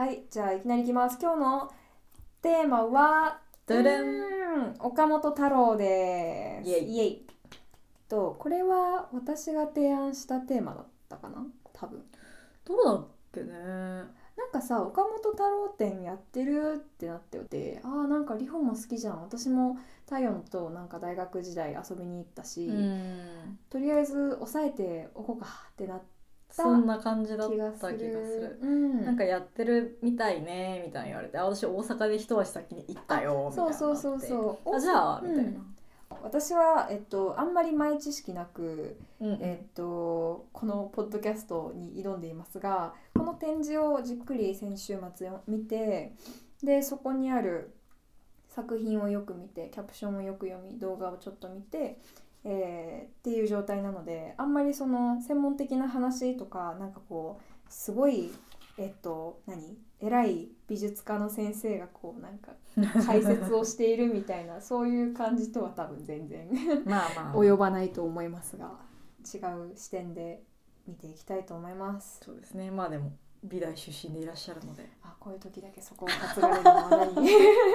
はい、じゃあいきなりいきます。今日のテーマは岡本太郎です。イエイこれは私が提案したテーマだったかな、多分。 どうだっけね。 なんかさ、岡本太郎展やってるってなってて、なんかリホも好きじゃん。私も太陽のとなんか大学時代遊びに行ったし、とりあえず抑えておこうかってなってそんな感じだった気がする。なんかやってるみたいねみたいに言われて、私大阪で一足先に行ったよみたいなって。 そうじゃあみたいな。 私は、あんまり前知識なく、このポッドキャストに挑んでいますが、この展示をじっくり先週末見て、でそこにある作品をよく見て、キャプションをよく読み、動画をちょっと見て、っていう状態なので、あんまりその専門的な話とか、なんかこうすごい偉い美術家の先生がこうなんか解説をしているみたいなそういう感じとは多分全然及ばないと思いますが、違う視点で見ていきたいと思います。 そうですね。まあでも美大出身でいらっしゃるので、 こういう時だけそこを担がれるのは何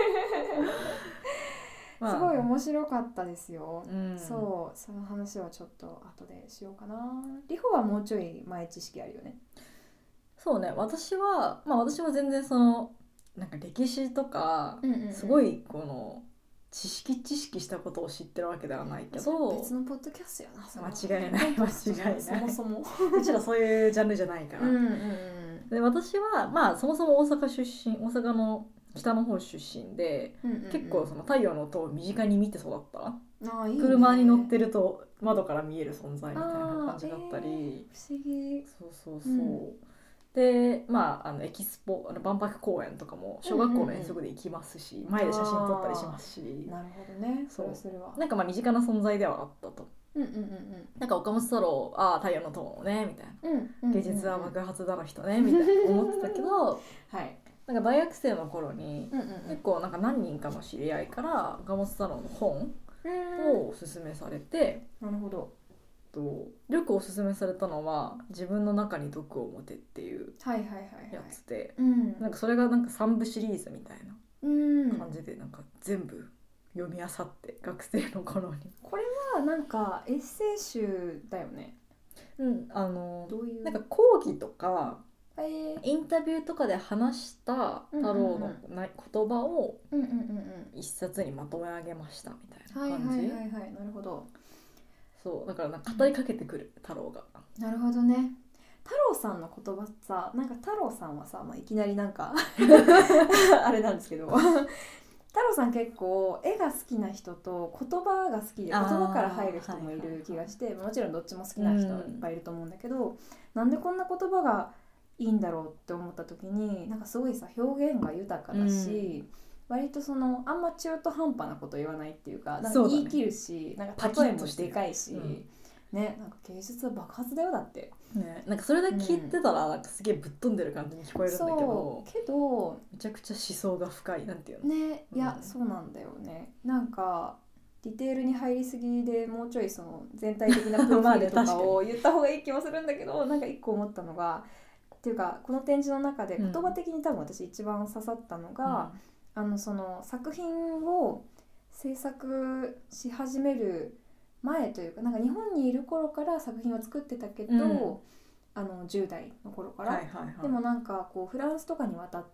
すごい面白かったですよ、その話はちょっと後でしようかな。リホはもうちょい前知識あるよね。 そうね。私は全然そのなんか歴史とか、すごいこの知識したことを知ってるわけではないけど、 別のポッドキャストやな。 間違いないそもそもうちらそういうジャンルじゃないから。で私はそもそも大阪の北の方出身で、結構その太陽の塔を身近に見て育った。いいね、車に乗ってると窓から見える存在みたいな感じだったり、 不思議。 そう、でエキスポ万博公園とかも小学校の遠足で行きますし、前で写真撮ったりしますし。 なるほどね。それはなんか身近な存在ではあったと。なんか岡本太郎太陽の塔ねみたいな、芸術は爆発だの人ねみたいな思ってたけどなんか大学生の頃に、結構なんか何人かの知り合いから岡本太郎の本をおすすめされて、 なるほど。 よくおすすめされたのは自分の中に毒を持てっていうやつで、なんかそれがなんか3部シリーズみたいな感じで、なんか全部読み漁って学生の頃に。 これはなんかエッセイ集だよね。どういうなんか講義とかインタビューとかで話した太郎の言葉を一冊にまとめ上げましたみたいな感じ。 なるほど。 そうだからなんか語りかけてくる太郎が。 なるほどね。太郎さんの言葉さ、なんか太郎さんはさ、いきなりなんかあれなんですけど太郎さん結構絵が好きな人と言葉が好きで言葉から入る人もいる気がして、もちろんどっちも好きな人いっぱいいると思うんだけど、なんでこんな言葉がいいんだろうって思った時に、なんかすごいさ表現が豊かだし、割とそのあんま中途半端なこと言わないっていうか、なんか言い切るし、なんか例えもでかいし、ね、なんか芸術は爆発だよだって。 ね、なんかそれだけ聞いてたらなんかすげえぶっ飛んでる感じに聞こえるんだけど、めちゃくちゃ思想が深い、なんていうのね、いや、そうなんだよね。なんかディテールに入りすぎで、もうちょいその全体的なプロフィールとかを言った方がいい気もするんだけどなんか一個思ったのがっていうか、この展示の中で言葉的に多分私一番刺さったのが、その作品を制作し始める前というか、なんか日本にいる頃から作品を作ってたけど、10代の頃から、でもなんかこうフランスとかに渡って、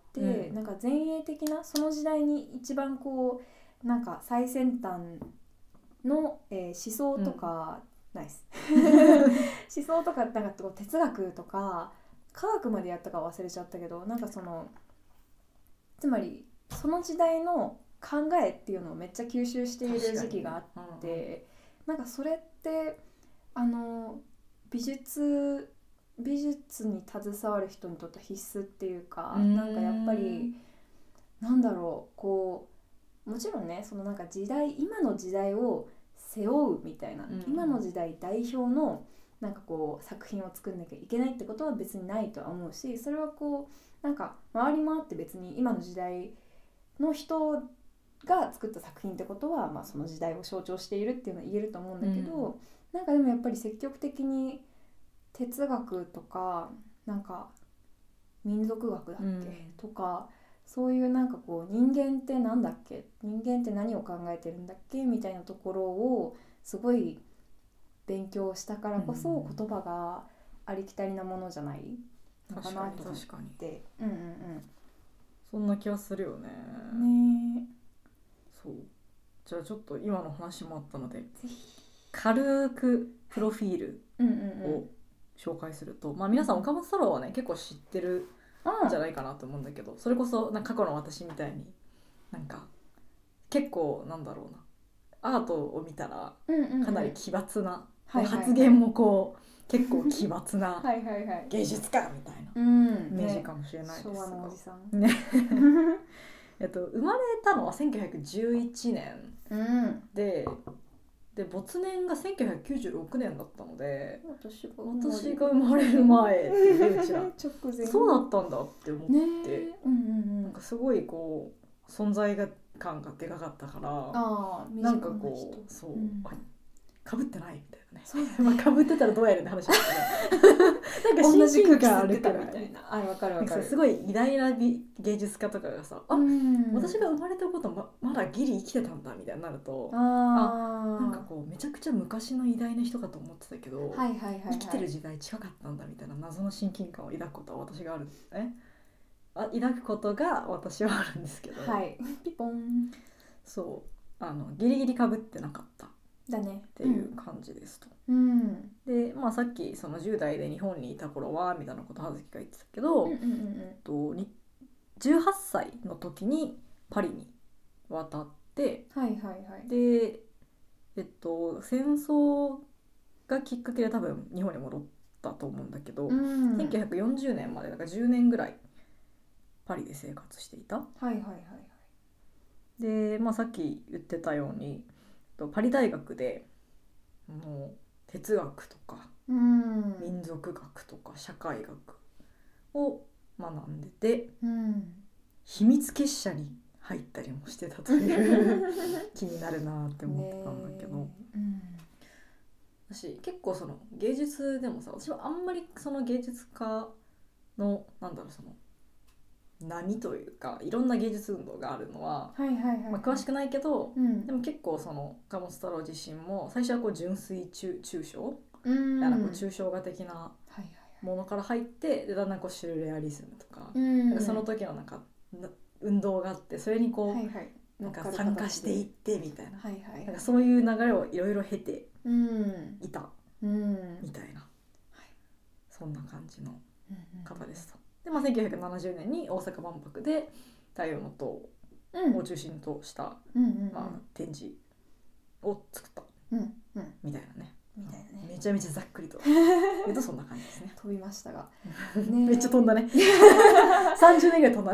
なんか前衛的なその時代に一番こうなんか最先端の、思想とか、ナイス思想とかなんか哲学とか科学までやったか忘れちゃったけど、なんかそのつまりその時代の考えっていうのをめっちゃ吸収している時期があって、なんかそれって美術に携わる人にとって必須っていうか、なんかやっぱりなんだろう、こうもちろんね、そのなんか今の時代を背負うみたいな、今の時代代表のなんかこう作品を作んなきゃいけないってことは別にないとは思うし、それはこうなんか回り回って別に今の時代の人が作った作品ってことは、その時代を象徴しているっていうのは言えると思うんだけど、なんかでもやっぱり積極的に哲学とかなんか民族学だっけ、とかそういうなんかこう人間ってなんだっけ、人間って何を考えてるんだっけみたいなところをすごい勉強したからこそ言葉がありきたりなものじゃないのかなと思って。うんうんうん。 そんな気はするよね。 ね。 そう。じゃあちょっと今の話もあったので軽くプロフィールを紹介すると、まあ皆さん岡本太郎はね結構知ってるんじゃないかなと思うんだけど、それこそなんか過去の私みたいになんか結構なんだろうな、アートを見たらかなり奇抜な、発言もこう結構奇抜な芸術家みたいなイメージかもしれないですが、 昭和のおじさんね生まれたのは1911年、で没年が1996年だったので、私が生まれる前っていううちら直前そうだったんだって思って、なんかすごいこう存在感がでかかったから、なんかこうそう、かぶってないみたいなね。まあかぶってたらどうやるって話だけどなんか親近感あるからみたいな。 わかるわかる。 すごい偉大な芸術家とかがさ、私が生まれたことまだギリ生きてたんだみたいになると、なんかこうめちゃくちゃ昔の偉大な人かと思ってたけど、生きてる時代近かったんだみたいな謎の親近感を抱くことは私があるんですね。抱くことが私はあるんですけど、 ピポン。 そうギリギリかぶってなかっただねっていう感じですと。で、まあ、さっきその10代で日本にいた頃はみたいなこと葉月が言ってたけど、18歳の時にパリに渡って、で、戦争がきっかけで多分日本に戻ったと思うんだけど、1940年までだから10年ぐらいパリで生活していた。で、まあ、さっき言ってたようにパリ大学でもう哲学とか民族学とか社会学を学んでて、秘密結社に入ったりもしてたという気になるなって思ってたんだけど、私結構その芸術でもさ、私はあんまりその芸術家のなんだろうその波というかいろんな芸術運動があるのは詳しくないけど、でも結構その岡本太郎自身も最初はこう純粋抽象なんか抽象画的なものから入って、でだんだんこうシュルレアリズムとか、なんかその時のなんか運動があってそれにこうなんか参加していってみたいな、なんかそういう流れをいろいろ経ていたみたいな、そんな感じの方ですと。で、まあ、1970年に大阪万博で太陽の塔を中心とした、まあ、展示を作ったみたいなね。めちゃめちゃざっくりと言うとそんな感じですね。 飛びましたがめっちゃ飛んだね30年ぐらい飛んだ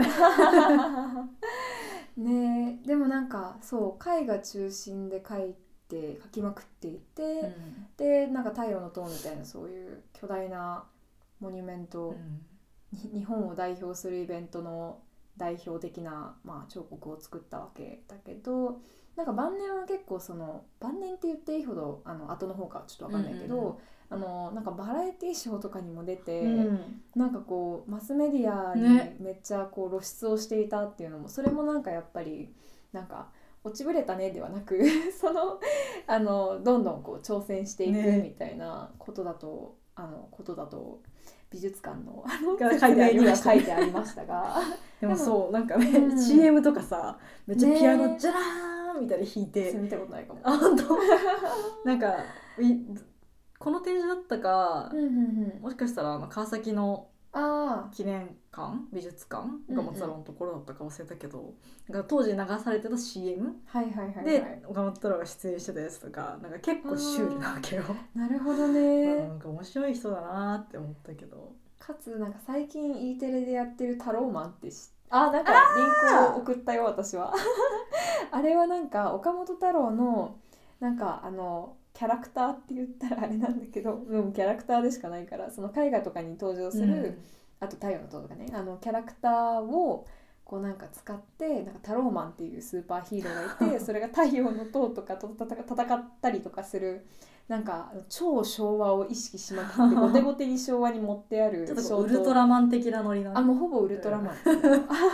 ね。でもなんかそう絵画中心で描きまくっていて、でなんか太陽の塔みたいなそういう巨大なモニュメント、日本を代表するイベントの代表的な、まあ、彫刻を作ったわけだけど、なんか晩年は結構その晩年って言っていいほど後の方かちょっと分かんないけど、なんかバラエティショーとかにも出て、なんかこうマスメディアにめっちゃこう露出をしていたっていうのも、それもなんかやっぱりなんか落ちぶれたねではなくそのどんどんこう挑戦していくみたいなことだと、美術館の説明には書いてありましたがでもそうなんかね、CM とかさめっちゃピアノジャラーンみたいに弾いて、 それ見たことないかも。 本当なんかこの展示だったか、もしかしたら川崎の記念館美術館岡本太郎のところだったか忘れたけど、当時流されてた CM で岡本太郎が出演してたやつとか、なんか結構シュールなわけよ。 なるほどね。 なんか面白い人だなって思ったけど、 かつなんか最近 E テレでやってる太郎マンってなんかリンクを送ったよ私はあれはなんか岡本太郎のなんかキャラクターって言ったらあれなんだけど、キャラクターでしかないから、その絵画とかに登場する、あと太陽の塔とかね、キャラクターをこうなんか使って、なんかタローマンっていうスーパーヒーローがいてそれが太陽の塔とかと戦ったりとかするなんか超昭和を意識しまくってゴテゴテに昭和に持ってあるちょっとウルトラマン的なノリの、ね、 もうほぼウルトラマンですね、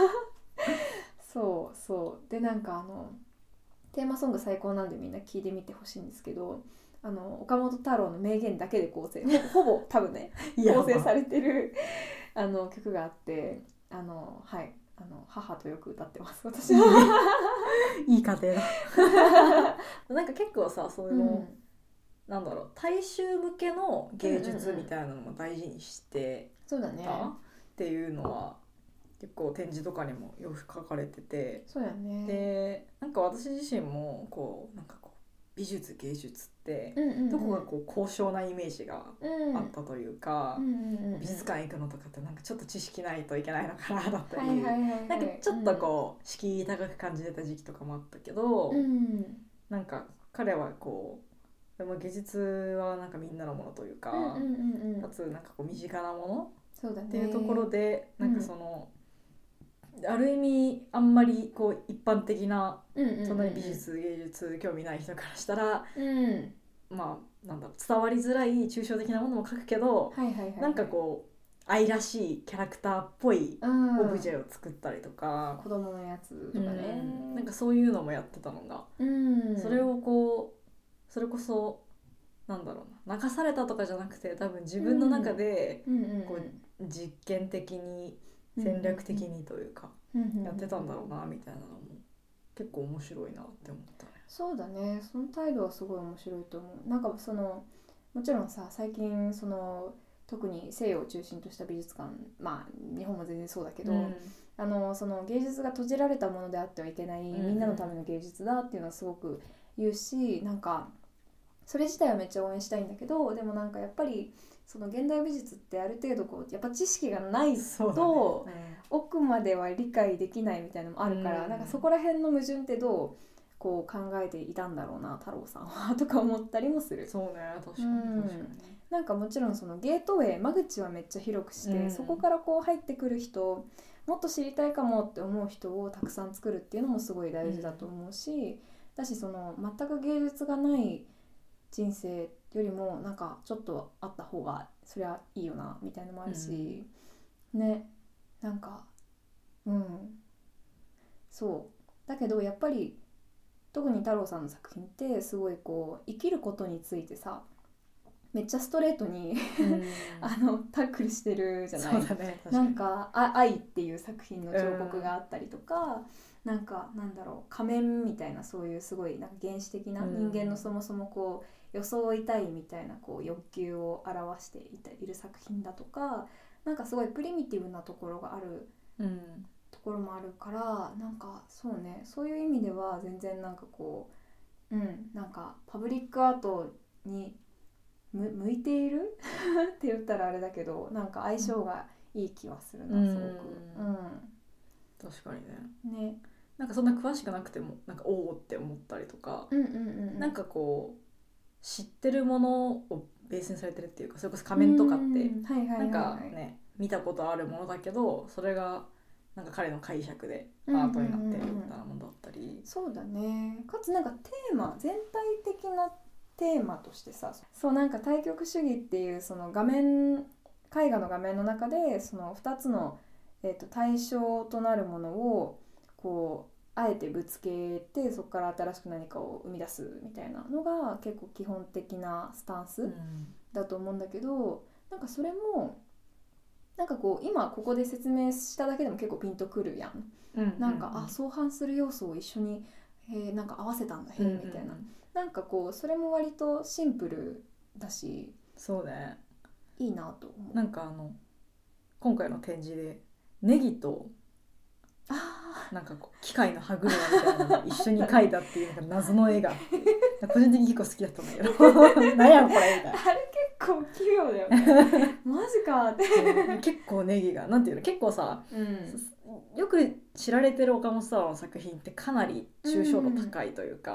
そうそうでなんかテーマソング最高なんでみんな聴いてみてほしいんですけど岡本太郎の名言だけで構成ほぼ多分ね構成されてる曲があってはい母とよく歌ってます私はいい家庭だなんか結構さそういうの、なんだろう大衆向けの芸術みたいなのも大事にしてたっていうのは結構展示とかにもよく書かれてて、 そうやね。 でなんか私自身もこうなんかこう美術芸術ってどこがこう高尚なイメージがあったというか、美術館行くのとかってなんかちょっと知識ないといけないのかなだったり、なんかちょっとこう敷居高く感じてた時期とかもあったけど、なんか彼はこうでも芸術はなんかみんなのものというか、かつなんかこう身近なものっていうところで、なんかそのある意味あんまりこう一般的なそんなに美術芸術興味ない人からしたら、まあなんだろう伝わりづらい抽象的なものも描くけど、なんかこう愛らしいキャラクターっぽいオブジェを作ったりとか、 子供のやつとかね、 なんかそういうのもやってたのが、それをこうそれこそなんだろうな、流されたとかじゃなくて多分自分の中でこう実験的に戦略的にというかやってたんだろうなみたいなのも結構面白いなって思ったね。 そうだね、その態度はすごい面白いと思う。なんかそのもちろんさ最近その特に西洋を中心とした美術館、まあ日本も全然そうだけど、その芸術が閉じられたものであってはいけない、みんなのための芸術だっていうのはすごく言うし、なんかそれ自体はめっちゃ応援したいんだけど、でもなんかやっぱりその現代美術ってある程度こうやっぱ知識がないと奥までは理解できないみたいなのもあるから、なんかそこら辺の矛盾ってどうこう考えていたんだろうな太郎さんはとか思ったりもする。 そうね、確かに確かに、 なんかもちろんそのゲートウェイ間口はめっちゃ広くして、そこからこう入ってくる人、もっと知りたいかもって思う人をたくさん作るっていうのもすごい大事だと思うし、だしその全く芸術がない人生よりもなんかちょっとあった方がそりゃいいよなみたいなのもあるし、ね、なんかそうだけどやっぱり特に太郎さんの作品ってすごいこう生きることについてさめっちゃストレートにタックルしてるじゃない。 そうだね、 なんか愛っていう作品の彫刻があったりとか、なんかなんだろう仮面みたいなそういうすごいなんか原始的な人間のそもそもこう装いたいみたいなこう欲求を表している作品だとか、なんかすごいプリミティブなところがある、ところもあるから、なんかそうね、そういう意味では全然なんかこうなんかパブリックアートに向いているって言ったらあれだけど、なんか相性がいい気はするな、すごく。 確かにね。なんかそんな詳しくなくてもなんかおおって思ったりとか、なんかこう知ってるものをベースにされてるっていうか、それこそ仮面とかってなんかね見たことあるものだけど、それがなんか彼の解釈でアートになってるみたいなものだったり、 そうだね。かつなんかテーマ全体的なテーマとしてさ、そうなんか対極主義っていうその画面絵画の画面の中でその2つの、対象となるものをこうあえてぶつけて、そこから新しく何かを生み出すみたいなのが結構基本的なスタンスだと思うんだけど、なんかそれもなんかこう今ここで説明しただけでも結構ピンとくるやん。なんか相反する要素を一緒になんか合わせたんだへみたいな。なんかこうそれも割とシンプルだし、 そうね、 いいなと思う。 なんか今回の展示でネギとなんかこう機械の歯車みたいなのを一緒に描いたっていうなんか謎の絵があって個人的に結構好きだったんだけど何やこれみたいな。 あれ結構奇妙だよねマジかって結構ネギがなんていうの、結構さ、よく知られてる岡本太郎の作品ってかなり抽象度高いというか、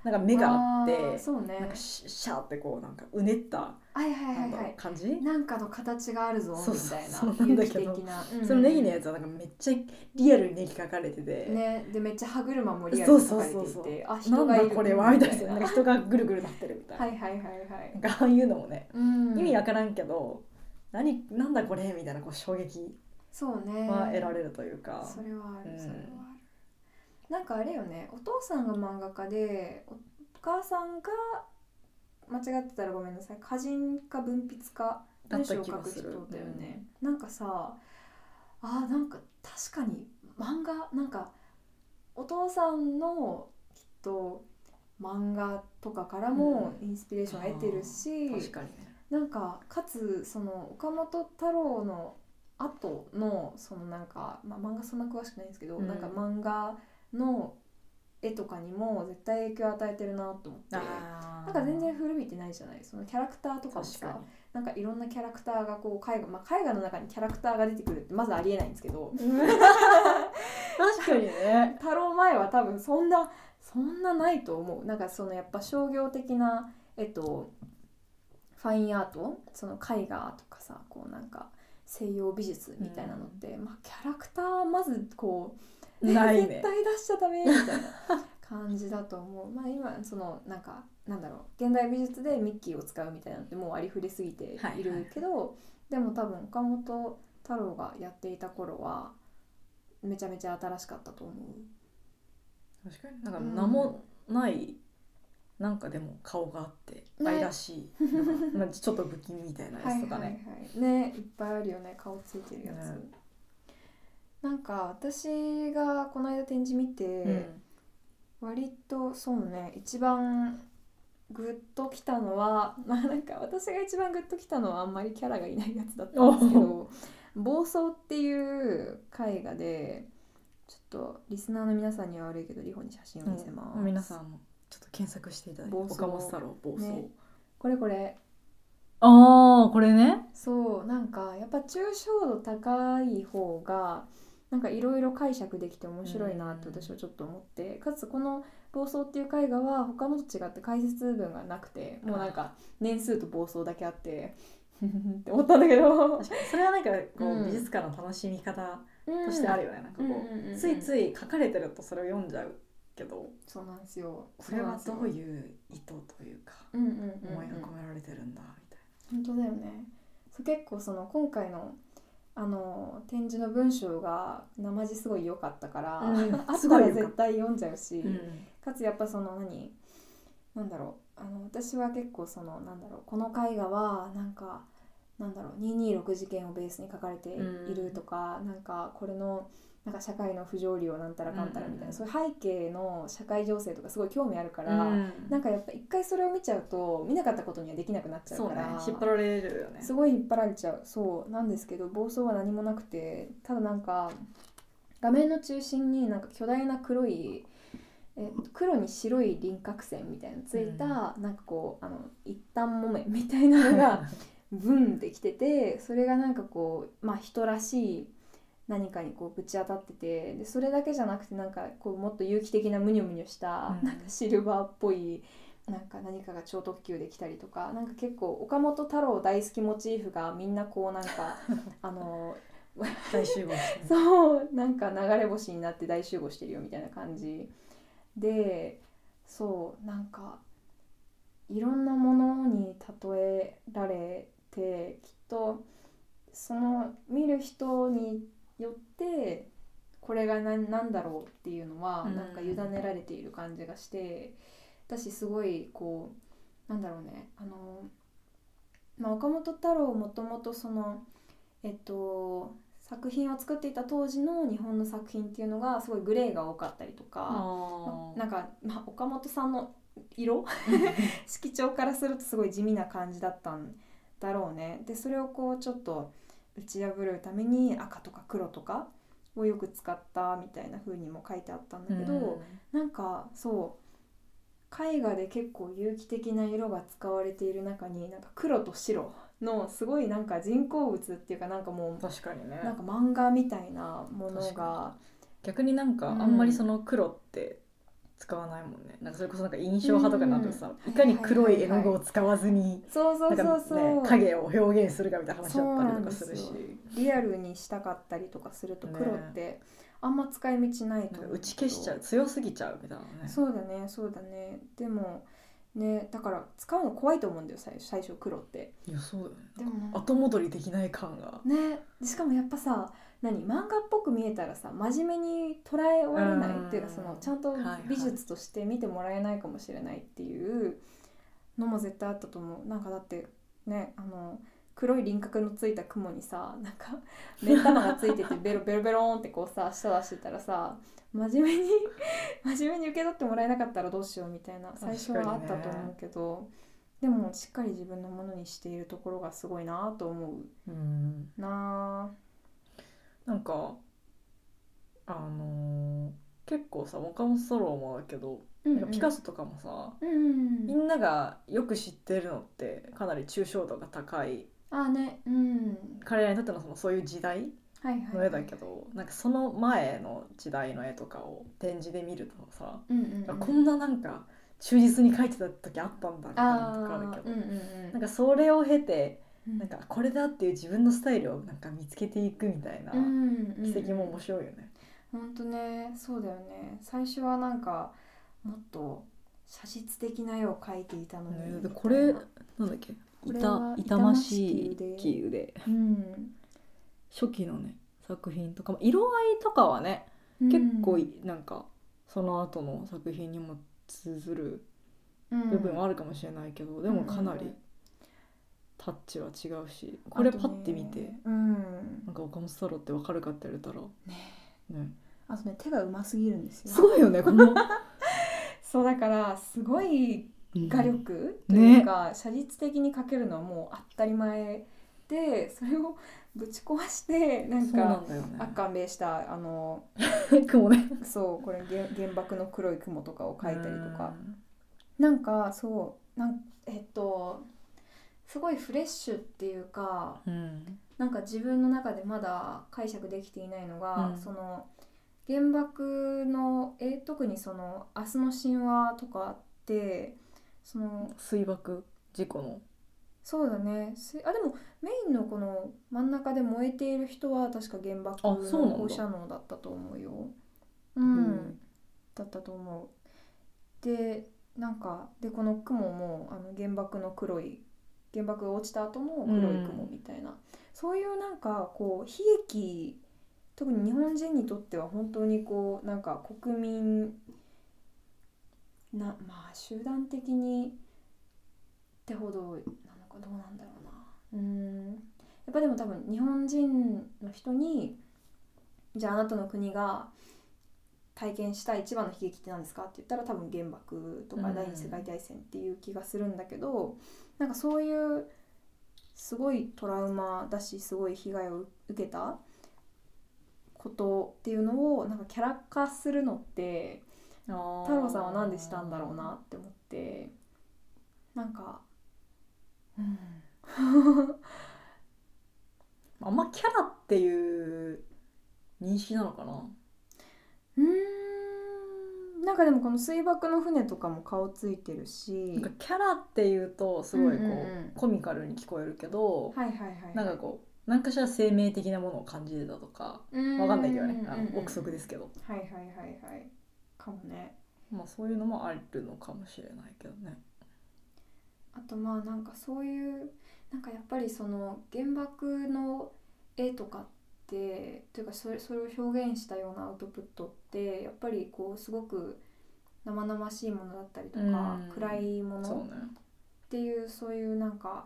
なんか目があってね、 なんかシャーってこうなんかうねった感じ、 なんかの形があるぞみたいな、 そうなんだけど、そのネギのやつはなんかめっちゃリアルにネギ描かれてて、 ね、でめっちゃ歯車もリアルに描かれていて、あ、人がいるなんだこれはみたいな、なんか人がぐるぐるなってるみたいななんかああいうのもね、意味わからんけどなんだこれみたいなこう衝撃は得られるというか、 それはある、それはある。なんかあれよね、お父さんが漫画家でお母さんが間違ってたらごめんなさい、歌人か文筆か文章を書く人だよね。なんかさ、なんか確かに漫画、なんかお父さんのきっと漫画とかからもインスピレーションを得てるし、 確かにね、 なんかかつその岡本太郎の後のそのなんか、漫画そんな詳しくないんですけど、なんか漫画の絵とかにも絶対影響を与えてるなと思って、なんか全然古びてないじゃない。そのキャラクターとかもさ、なんかいろんなキャラクターがこう絵画の中にキャラクターが出てくるってまずありえないんですけど確かにね、 太郎前は多分そんなないと思う。なんかそのやっぱ商業的なファインアート、その絵画とかさ、こうなんか西洋美術みたいなのって、キャラクターまずこうないね、 絶対出しちゃダメみたいな感じだと思う。今そのなんだろう、現代美術でミッキーを使うみたいなのってもうありふれすぎているけど、でも多分岡本太郎がやっていた頃はめちゃめちゃ新しかったと思う。 確かになんか名もない、なんかでも顔があって愛らしい、ちょっと不気味みたいなやつとかね、 ね、いっぱいあるよね、顔ついてるやつ、なんか私がこの間展示見て、割とそうね、一番グッときたのは、なんか私が一番グッときたのはあんまりキャラがいないやつだったんですけど暴走っていう絵画で、ちょっとリスナーの皆さんには悪いけどリホに写真を見せます、 皆さんもちょっと検索していただいて、岡本太郎暴走、ね、 これこれね、 そう、なんかやっぱ抽象度高い方がなんかいろいろ解釈できて面白いなって私はちょっと思って、かつこの暴走っていう絵画は他のと違って解説文がなくて、もうなんか年数と暴走だけあってって思ったんだけどそれはなんかこう、美術館の楽しみ方としてあるよね、なんかこう、ついつい書かれてるとそれを読んじゃうけど、 そうなんですよ、 これはどういう意図というか、思いが込められてるんだみたいな。 本当だよね。結構その今回の展示の文章が生地すごい良かったから、あったら絶対読んじゃうし、かつやっぱそのなんだろう、私は結構そのなんだろう、この絵画はなんかなんだろう226事件をベースに書かれているとか、なんかこれのなんか社会の不条理をなんたらかんたらみたいな、そういう背景の社会情勢とかすごい興味あるから、なんかやっぱ一回それを見ちゃうと見なかったことにはできなくなっちゃうから、 引っ張られるよね。 すごい引っ張られちゃう。そうなんですけど、暴走は何もなくて、ただなんか画面の中心になんか巨大な黒に白い輪郭線みたいなついた、なんかこう一旦木綿みたいなのがブンってきてて、それがなんかこう人らしい何かにこうぶち当たってて、でそれだけじゃなくてなんかこうもっと有機的なムニョムニョした、なんかシルバーっぽいなんか何かが超特急できたりとか、なんか結構岡本太郎大好きモチーフがみんなこうなんか大集合して、 そうなんか流れ星になって大集合してるよみたいな感じで、そうなんかいろんなものに例えられて、きっとその見る人によってこれが何だろうっていうのはなんか委ねられている感じがして、私すごいこうなんだろうね、岡本太郎もともとその作品を作っていた当時の日本の作品っていうのがすごいグレーが多かったりとか、なんか、岡本さんの色色調からするとすごい地味な感じだったんだろうね。でそれをこうちょっと打ち破るために赤とか黒とかをよく使ったみたいな風にも書いてあったんだけど、なんかそう絵画で結構有機的な色が使われている中になんか黒と白のすごいなんか人工物っていうか、なんかもう確かにね、 なんか漫画みたいなものが逆になんかあんまりその黒って使わないもんね。なんかそれこそなんか印象派とかになるとさ、いかに黒い絵の具を使わずに影を表現するかみたいな話だったりとかするし、 リアルにしたかったりとかすると黒ってあんま使い道ないと思う。 打ち消しちゃう、強すぎちゃうみたいなね。 そうだねそうだね。でもね、だから使うの怖いと思うんだよ最初黒って。 いやそうだよね。でも後戻りできない感がね。しかもやっぱさ、漫画っぽく見えたらさ真面目に捉えられないっていうか、そのちゃんと美術として見てもらえないかもしれないっていうのも絶対あったと思う。なんかだってね、黒い輪郭のついた雲にさ、なんか目ん玉がついててベロベロベローンってこうさ舌出してたらさ、真面目に受け取ってもらえなかったらどうしようみたいな最初はあったと思うけど、でもしっかり自分のものにしているところがすごいなと思う、なあ。 なんか結構さ、岡本太郎もだけど、なんかピカソとかもさ、みんながよく知ってるのってかなり抽象度が高い、彼らにとってのそういう時代の絵だけど、なんかその前の時代の絵とかを展示で見るとさ、こんななんか忠実に描いてた時あったんだみたいなのとかあるけど、なんかそれを経てなんかこれだっていう自分のスタイルをなんか見つけていくみたいな奇跡も面白いよね。 ほんとね、そうだよね。最初はなんかもっと写実的な絵を描いていたのに、 ね、これなんだっけ、痛ましいき腕、初期のね作品とかも色合いとかはね、結構なんかその後の作品にも通ずる部分はあるかもしれないけど、でもかなりタッチは違うし、これパッて見て、なんか岡本太郎って分かるかって言われたらね、 あとね、手がうますぎるんですよ。 すごいよねこのそうだからすごい画力というか、写実的に描けるのはもう当たり前で、それをぶち壊してなんか赤目した雲ねそう、これ原爆の黒い雲とかを描いたりとか、なんかそうすごいフレッシュっていうか、なんか自分の中でまだ解釈できていないのが、その原爆の特にその明日の神話とかってその水爆事故の、 そうだね、でもメインのこの真ん中で燃えている人は確か原爆の放射能だったと思うよ。だったと思う。でなんかでこの雲も原爆が落ちた後も黒い雲みたいな、そういうなんかこう悲劇、特に日本人にとっては本当にこうなんか国民まあ集団的にってほどなのかどうなんだろうな。やっぱでも多分日本人の人に、じゃああなたの国が体験した一番の悲劇って何ですかって言ったら多分原爆とか第二次世界大戦っていう気がするんだけど、なんかそういうすごいトラウマだし、すごい被害を受けたことっていうのをなんかキャラ化するのって太郎さんはなんでしたんだろうなって思って、なんかあんまキャラっていう認識なのかな。 なんかでもこの水爆の船とかも顔ついてるし、 なんかキャラっていうとすごいこう、コミカルに聞こえるけど、なんかこう何かしら生命的なものを感じてたとかわかんないけどね、憶測ですけど、 かもね。 まあそういうのもあるのかもしれないけどね。 あとまあなんかそういうなんかやっぱりその原爆の絵とかってというかそれを表現したようなアウトプットってやっぱりこうすごく生々しいものだったりとか、暗いものっていう、そういうなんか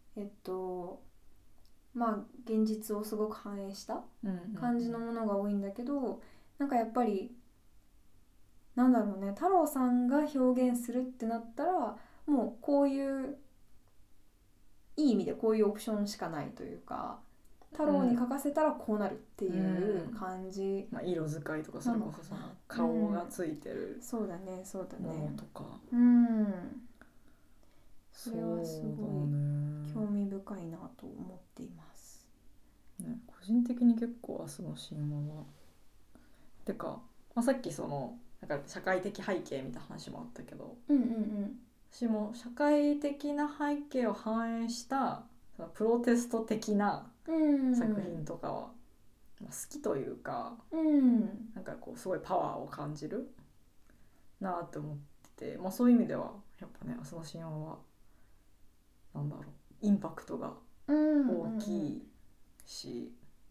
まあ現実をすごく反映した感じのものが多いんだけど、なんかやっぱりなんだろうね、太郎さんが表現するってなったらもうこういういい意味でこういうオプションしかないというか、太郎に描かせたらこうなるっていう感じ、 色使いとかそれこそその顔がついてるそうだねものとか、 それはすごい興味深いなと思っています、 個人的に結構明日の神話はてか、さっきそのなんか社会的背景みたいな話もあったけど、 うんうんうん、 私も社会的な背景を反映したそのプロテスト的な作品とかは好きというか、なんかこうすごいパワーを感じるなって思ってて、そういう意味ではやっぱね、明日の神話はなんだろう、インパクトが大きいし、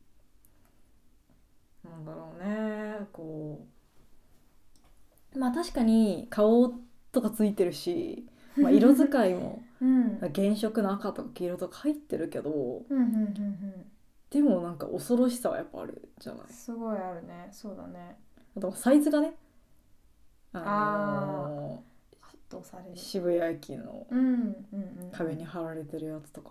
なんだろうね、こう確かに顔とかついてるし、色使いも原色の赤とか黄色とか入ってるけど、でもなんか恐ろしさはやっぱあるじゃない。 すごいあるね。そうだね。 あとサイズがね、 圧倒される。 渋谷駅の壁に貼られてるやつとかは、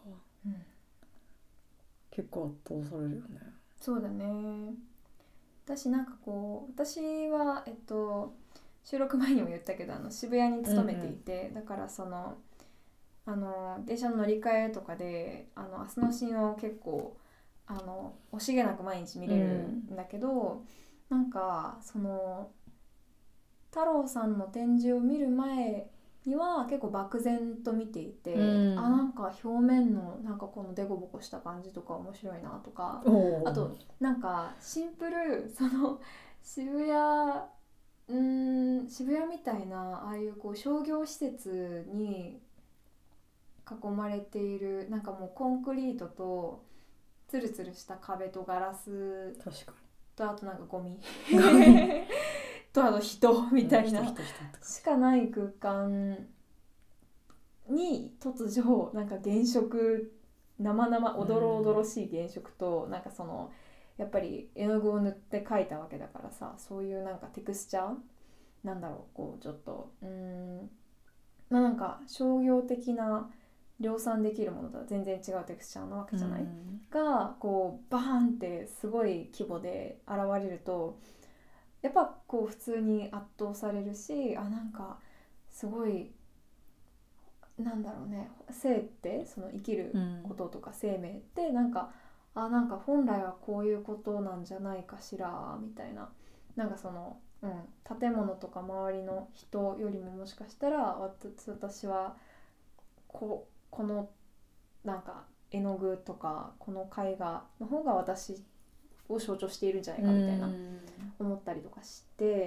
結構圧倒されるよね。 そうだね。私なんかこう、私は収録前にも言ったけど渋谷に勤めていて、だからその電車の乗り換えとかで明日の神話を結構惜しげなく毎日見れるんだけど、なんかその太郎さんの展示を見る前には結構漠然と見ていて、なんか表面のなんかこのデコボコした感じとか面白いなとか、あとなんかシンプルその渋谷みたいなああいうこう商業施設に囲まれている、なんかもうコンクリートとツルツルした壁とガラスと、あとなんかゴミと人みたいなしかない空間に突如なんか原色、生々おどろおどろしい原色と、なんかそのやっぱり絵の具を塗って描いたわけだからさ、そういうなんかテクスチャーなんだろう、こうちょっとなんか商業的な量産できるものとは全然違うテクスチャーなわけじゃない、がこうバーンってすごい規模で現れると、やっぱこう普通に圧倒されるし、なんかすごいなんだろうね、生ってその生きることとか生命ってなんかなんか本来はこういうことなんじゃないかしらみたいな、なんかその建物とか周りの人よりももしかしたら私はこのなんか絵の具とかこの絵画の方が私を象徴しているんじゃないかみたいな思ったりとかして、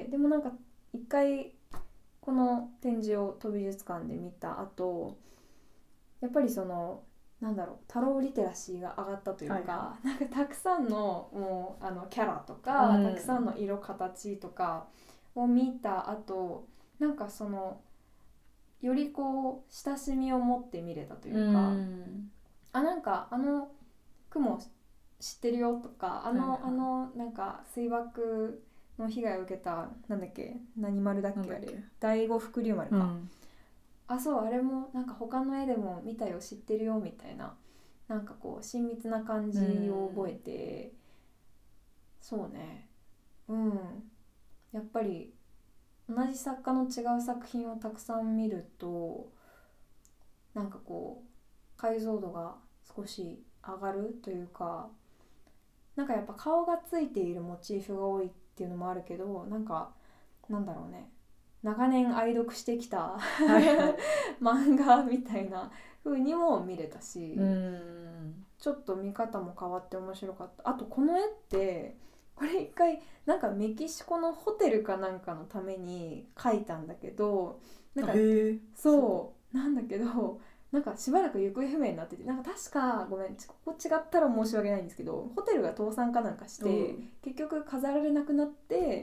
でもなんか一回この展示を都美術館で見た後、やっぱりそのなんだろう、太郎リテラシーが上がったというか、なんかたくさんのもうキャラとか、たくさんの色形とかを見た後、なんかそのよりこう親しみを持って見れたというか、なんか雲知ってるよとか、なんか水爆の被害を受けたなんだっけ、何丸だっけあれ、第五福竜丸か、そう、あれもなんか他の絵でも見たよ、知ってるよみたいな、なんかこう親密な感じを覚えて、そうね、やっぱり同じ作家の違う作品をたくさん見ると、なんかこう解像度が少し上がるというか、なんかやっぱ顔がついているモチーフが多いっていうのもあるけど、なんかなんだろうね、長年愛読してきた漫画みたいな風にも見れたし、ちょっと見方も変わって面白かった。あとこの絵ってこれ一回なんかメキシコのホテルかなんかのために描いたんだけど、なんかそうなんだけど、なんかしばらく行方不明になってて、なんか確かごめんここ違ったら申し訳ないんですけど、ホテルが倒産かなんかして結局飾られなくなって、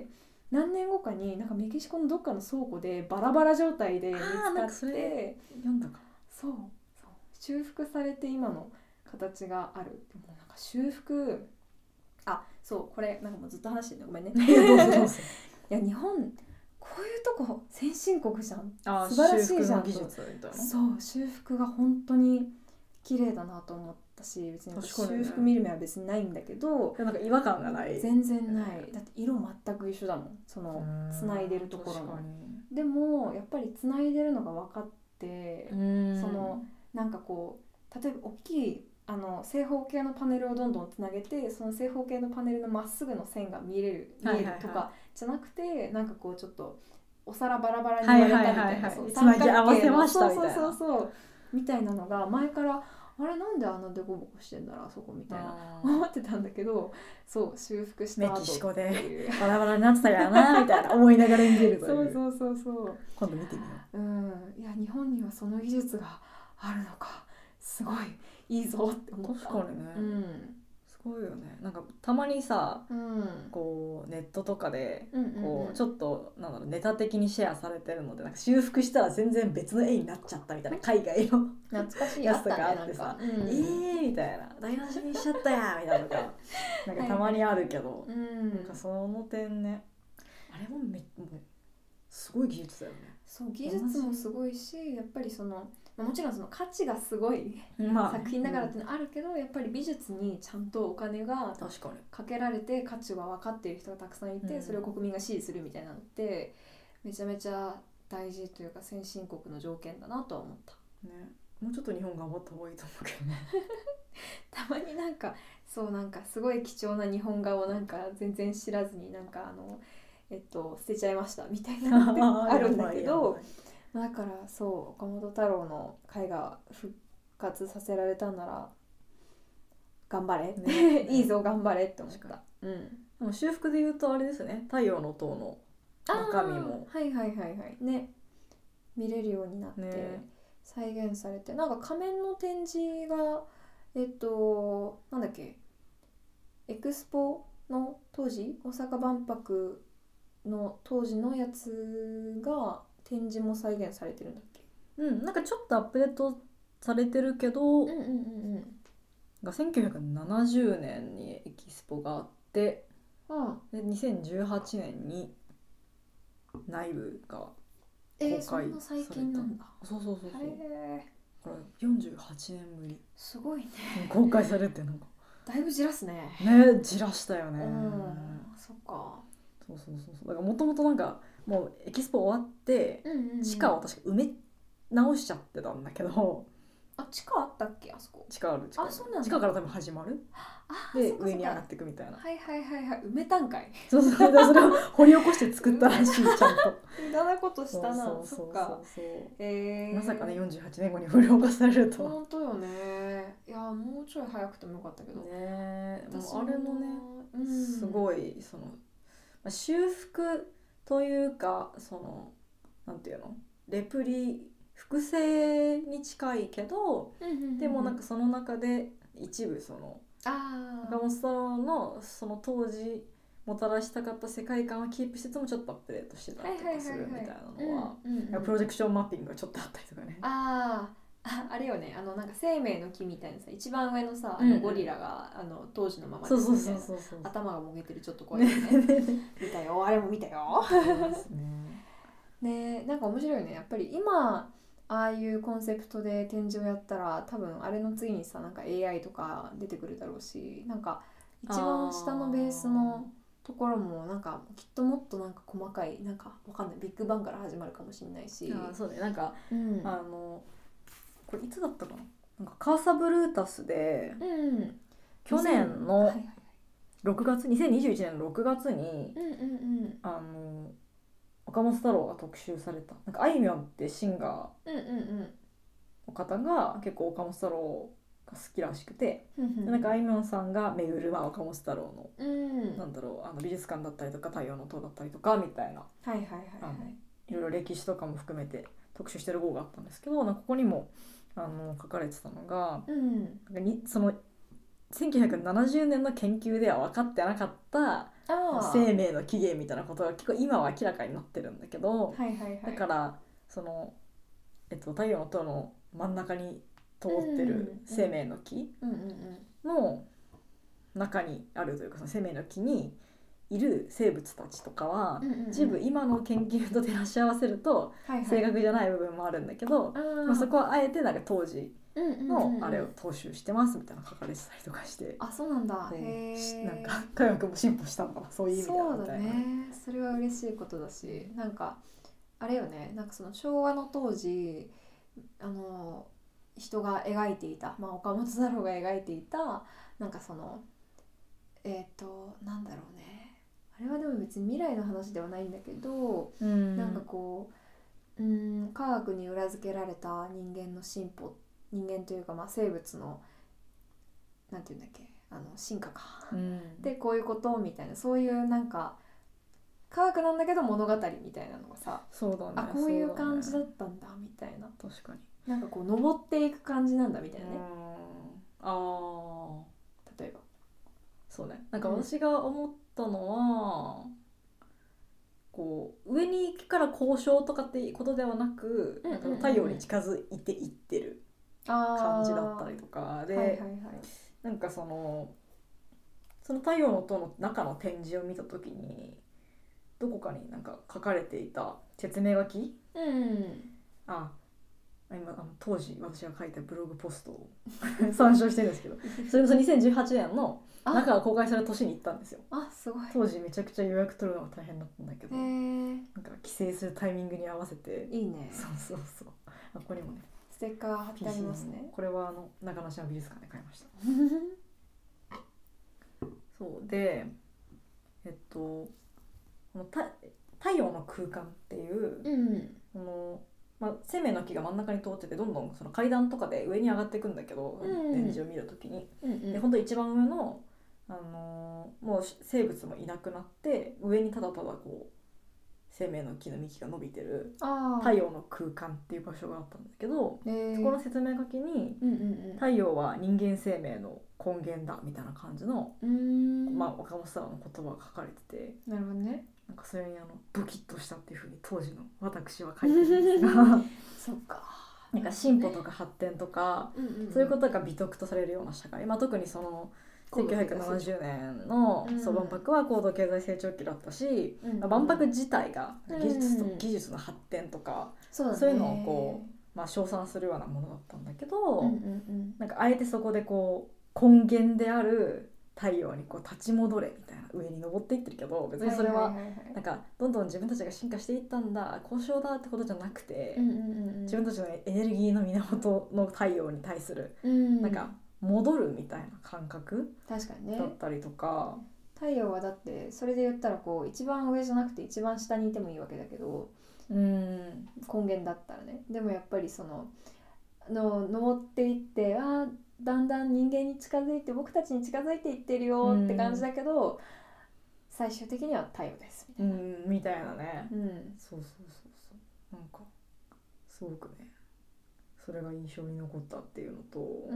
何年後かになんかメキシコのどっかの倉庫でバラバラ状態で見つかって、 読んだか、 そう修復されて今の形がある。でもなんか修復、そうこれなんかもうずっと話してるのごめんねいや日本こういうとこ先進国じゃん、素晴らしいじゃんと。 修復の技術みたいな。 そう修復が本当に綺麗だなと思ったし、別に修復見る目は別にないんだけど、 なんか違和感がない、 全然ない。だって色全く一緒だもん、その繋いでるところの。でもやっぱり繋いでるのが分かって、そのなんかこう例えば大きい正方形のパネルをどんどんつなげて、その正方形のパネルのまっすぐの線が見えるとかじゃなくて、なんかこうちょっとお皿バラバラに割れたみたいな、 つなぎ合わせましたみたいな、 そうみたいなのが前からあれなんであんなデコボコしてんだろうあそこみたいな思ってたんだけど、そう修復した後メキシコでバラバラになってたからなみたいな思いながら見てるというそう今度見てみよう。いや日本にはその技術があるのか、すごいいいぞって思った。 確かにね、すごいよね。なんかたまにさ、こうネットとかでこうちょっとなんだろう、ネタ的にシェアされてるので、なんか修復したら全然別の絵になっちゃったみたいな海外の懐かしいやつとかあってさ、みたいな台無しにしちゃったやみたいなのがなんかたまにあるけど、なんかその点ね、あれももうすごい技術だよね。 そう技術もすごいし、やっぱりそのもちろんその価値がすごい、作品だからっていうのあるけど、やっぱり美術にちゃんとお金がかけられて価値が分かっている人がたくさんいて、それを国民が支持するみたいなのってめちゃめちゃ大事というか先進国の条件だなとは思った、 ね、もうちょっと日本頑張った方がいいと思うけどねたまになんかそうなんかすごい貴重な日本画をなんか全然知らずになんか捨てちゃいましたみたいなのってあるんだけどだからそう岡本太郎の絵画復活させられたんなら頑張れ、ね、いいぞ頑張れって思った。 でも修復で言うとあれですね、太陽の塔の中身もね見れるようになって再現されて、なんか仮面の展示がなんだっけ、エクスポの当時大阪万博の当時のやつが展示も再現されてるんだっけ。 なんかちょっとアップデートされてるけど、が1970年にエキスポがあって、で2018年に内部が公開された。 そんな最近なんだ。 そうこれ48年ぶりすごいね公開されて、なんかだいぶじらすね。 じらしたよね。 そっか。 そうだからもともとなんかもうエキスポ終わって、地下を確か埋め直しちゃってたんだけど、 地下あったっけあそこ。 地下ある。 そうなんだ。 地下から多分始まる。で上に上がっていくみたいな。 埋めたんかい。 それを掘り起こして作ったらしいちゃんと。 無駄なことしたな。そっか。 まさかね48年後に掘り起こされるとは。 本当よね。いやもうちょい早くてもよかったけど。 ね、あれもね、すごいその修復というかそのなんていうの、複製に近いけど、でもなんかその中で一部その岡本太郎のその当時もたらしたかった世界観をキープしつつもちょっとアップデートしてたりとかするみたいなのは、プロジェクションマッピングがちょっとあったりとかね。 あれよね、なんか生命の木みたいなさ、一番上のさゴリラが当時のままで頭がもげてるちょっと怖いよね見たよ、あれも見たよね。なんか面白いよね、やっぱり今ああいうコンセプトで展示をやったら多分あれの次にさなんか AI とか出てくるだろうし、なんか一番下のベースのところもなんかきっともっとなんか細かいなんかわかんないビッグバンから始まるかもしれないし。 そうね、なんか、これいつだったかな、なんかカーサブルータスで、去年の6月2021年の6月に岡本太郎が特集された、なんかあいみょんってシンガーの方が結構岡本太郎が好きらしくて、なんかあいみょんさんが巡る岡本太郎の、なんだろう、美術館だったりとか太陽の塔だったりとかみたいな、いろいろ歴史とかも含めて特集してる号があったんですけど、ここにも書かれてたのが、その1970年の研究では分かってなかった生命の起源みたいなことが結構今は明らかになってるんだけど、だからその、太陽の塔の真ん中に通ってる生命の木の中にあるというか、その生命の木にいる生物たちとかは、一部今の研究と照らし合わせると正確じゃない部分もあるんだけど、そこはあえてなんか当時のあれを踏襲してますみたいな書かれてたりとかして、 そうなんだ。 なんか科学も進歩したんだな、そういう意味ではみたいな。 そうだね、それは嬉しいことだし、なんかあれよね、なんかその昭和の当時人が描いていた、岡本太郎が描いていたなんかそのなんだろうね、あれはでも別に未来の話ではないんだけど、なんかこう科学に裏付けられた人間の進歩、人間というか生物のなんていうんだっけ、進化か、でこういうことみたいな、そういうなんか科学なんだけど物語みたいなのがさ、 そうだね、 こういう感じだったんだみたいな、 確かになんかこう登っていく感じなんだみたいなね。例えばそうね、なんか私が思ったのは、こう上に行くから交渉とかっていうことではなく、なんか太陽に近づいていってる感じだったりとかで、なんかその太陽の塔の中の展示を見た時にどこかになんか書かれていた説明書き、今当時私が書いたブログポストを参照してるんですけど、それこそ2018年の中が公開された年に行ったんですよ。 すごい。 当時めちゃくちゃ予約取るのが大変だったんだけど、なんか帰省するタイミングに合わせて、 いいね。 そうここにもねステッカー貼ってありますね。 これは中之島美術館で買いましたそうでこの太陽の空間っていう、生命の木が真ん中に通ってて、どんどんその階段とかで上に上がっていくんだけど、展示を見るときに、で本当一番上の、もう生物もいなくなって上にただただこう生命の木の幹が伸びてる太陽の空間っていう場所があったんだけど、そこの説明書きに、太陽は人間生命の根源だみたいな感じの、岡本さんの言葉が書かれてて、 なるほどね。 なんかそれにドキッとしたっていうふうに当時の私は書いてるんですがそっか、 なんか進歩とか発展とか、そういうことが美徳とされるような社会、特にその1970年の万博は高度経済成長期だったし、万博自体が技術の発展とか、そういうのをこう、称賛するようなものだったんだけど、なんかあえてそこでこう根源である太陽にこう立ち戻れみたいな、上に登っていってるけど、別にそれはなんかどんどん自分たちが進化していったんだ、交渉だってことじゃなくて、自分たちのエネルギーの源の太陽に対するなんか戻るみたいな感覚だったりとか、 太陽はだってそれで言ったらこう一番上じゃなくて一番下にいてもいいわけだけど、根源だったらね。でもやっぱりその登っていってだんだん人間に近づいて、僕たちに近づいていってるよって感じだけど、最終的には太陽ですみたいなね。そうなんかすごくね、それが印象に残ったっていうのと、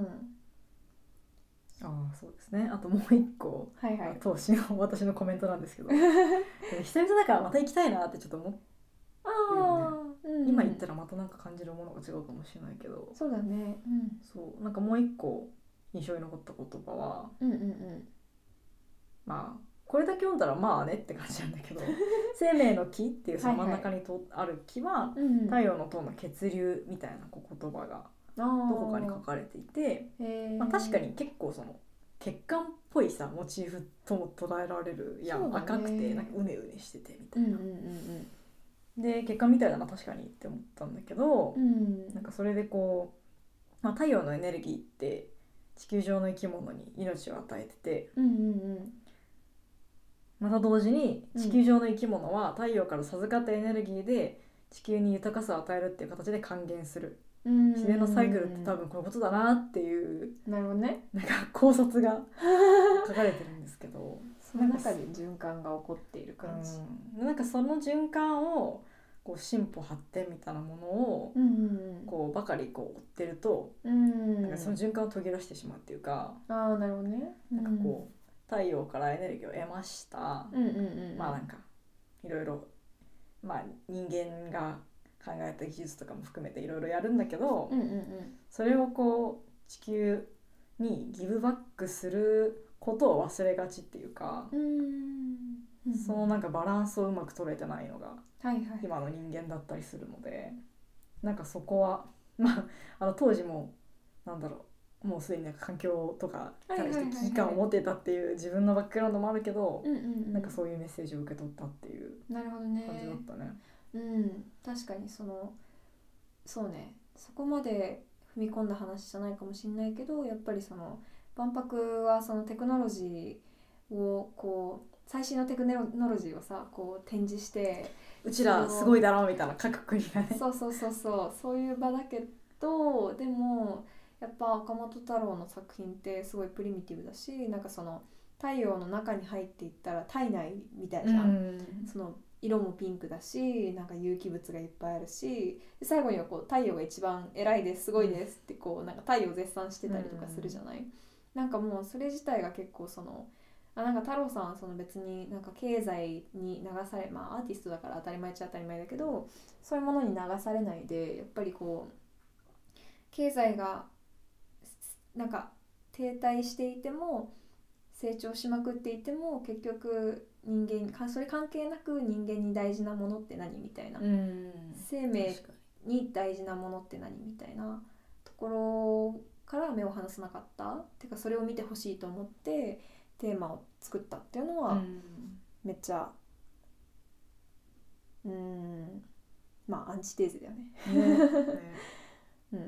そうですね。あともう一個、当時の私のコメントなんですけど久々だからまた行きたいなってちょっと思って今言ったらまたなんか感じるものが違うかもしれないけど、 そうだね、 そうなんかもう一個印象に残った言葉は、これだけ読んだらまあねって感じなんだけど生命の木っていうその真ん中にある木は太陽の塔の血流みたいな言葉がどこかに書かれていて、確かに結構その血管っぽいさモチーフとも捉えられるやん、赤くてなんかうねうねしててみたいな、で血管みたいだな確かにって思ったんだけど、なんかそれでこう、太陽のエネルギーって地球上の生き物に命を与えてて、また同時に地球上の生き物は太陽から授かったエネルギーで地球に豊かさを与えるっていう形で還元する、自然のサイクルって多分こういうことだなっていう、 なるほどね、 なんか考察が書かれてるんですけどその中で循環が起こっている感じ、 なんかその循環をこう進歩発展みたいなものをこうばかりこう追ってると、なんかその循環を途切らしてしまうっていうか、 なるほどね、 なんかこう太陽からエネルギーを得ました、なんかいろいろ人間が考えた技術とかも含めていろいろやるんだけど、それをこう地球にギブバックすることを忘れがちっていうか、そのなんかバランスをうまく取れてないのが今の人間だったりするので、なんかそこは当時もなんだろう、もうすでになんか環境とかに対して危機感を持ってたっていう自分のバックグラウンドもあるけど、なんかそういうメッセージを受け取ったっていう感じだったね。 確かにそうね、そこまで踏み込んだ話じゃないかもしれないけど、やっぱりその万博はそのテクノロジーをこう最新のテクノロジーをさこう展示して、 うちらすごいだろうみたいな各国がね、 そういう場だけど、でもやっぱ岡本太郎の作品ってすごいプリミティブだし、なんかその太陽の中に入っていったら体内みたいじゃん、その色もピンクだし、なんか有機物がいっぱいあるし、で最後にはこう太陽が一番偉いですすごいですってこうなんか太陽を絶賛してたりとかするじゃない、なんかもうそれ自体が結構そのなんか太郎さんはその別になんか経済に流され、まあアーティストだから当たり前っちゃ当たり前だけど、そういうものに流されないで、やっぱりこう経済がなんか停滞していても成長しまくっていても結局人間それ関係なく人間に大事なものって何みたいな、生命に大事なものって何みたいなところから目を離さなかったっていうか、それを見てほしいと思ってテーマを作ったっていうのはめっちゃまあアンチテーゼだよね。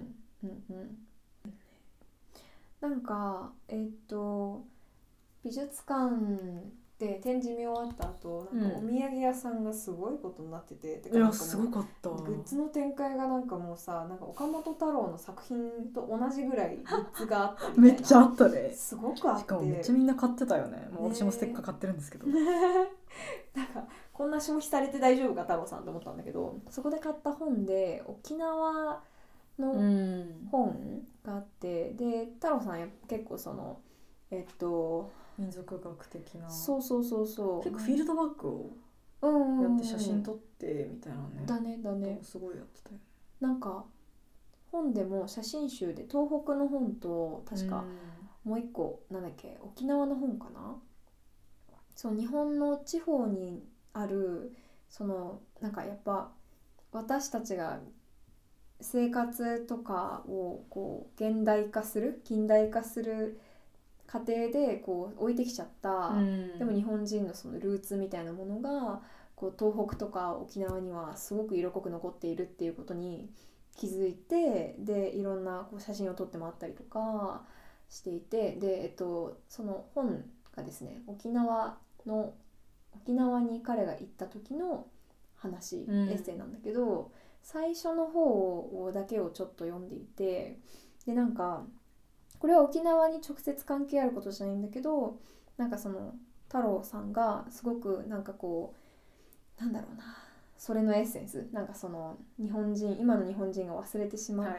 なんか美術館で展示見終わった後、なんかお土産屋さんがすごいことになってて、 いやすごかった。 グッズの展開がなんかもうさ、なんか岡本太郎の作品と同じぐらいグッズがあったみたいなめっちゃあったね。 すごくあって、 しかもめっちゃみんな買ってたよね。もう私もステッカー買ってるんですけど、なんかこんな消費されて大丈夫か太郎さんと思ったんだけど、そこで買った本で沖縄の本があって、で太郎さん結構その民族学的な、 そう結構フィールドバッグをやって写真撮ってみたいなね、 だねすごいやってたよ。 なんか本でも写真集で東北の本と確かもう一個なんだっけ沖縄の本かな、そう日本の地方にあるそのなんかやっぱ私たちが生活とかをこう近代化する過程でこう置いてきちゃった、でも日本人のそのルーツみたいなものがこう東北とか沖縄にはすごく色濃く残っているっていうことに気づいて、でいろんなこう写真を撮ってもらったりとかしていて、でその本がですね沖縄に彼が行った時の話、エッセイなんだけど、最初の方だけをちょっと読んでいて、でなんかこれは沖縄に直接関係あることじゃないんだけど、なんかその太郎さんがすごくなんかこうなんだろうな、それのエッセンス、なんかその今の日本人が忘れてしまった、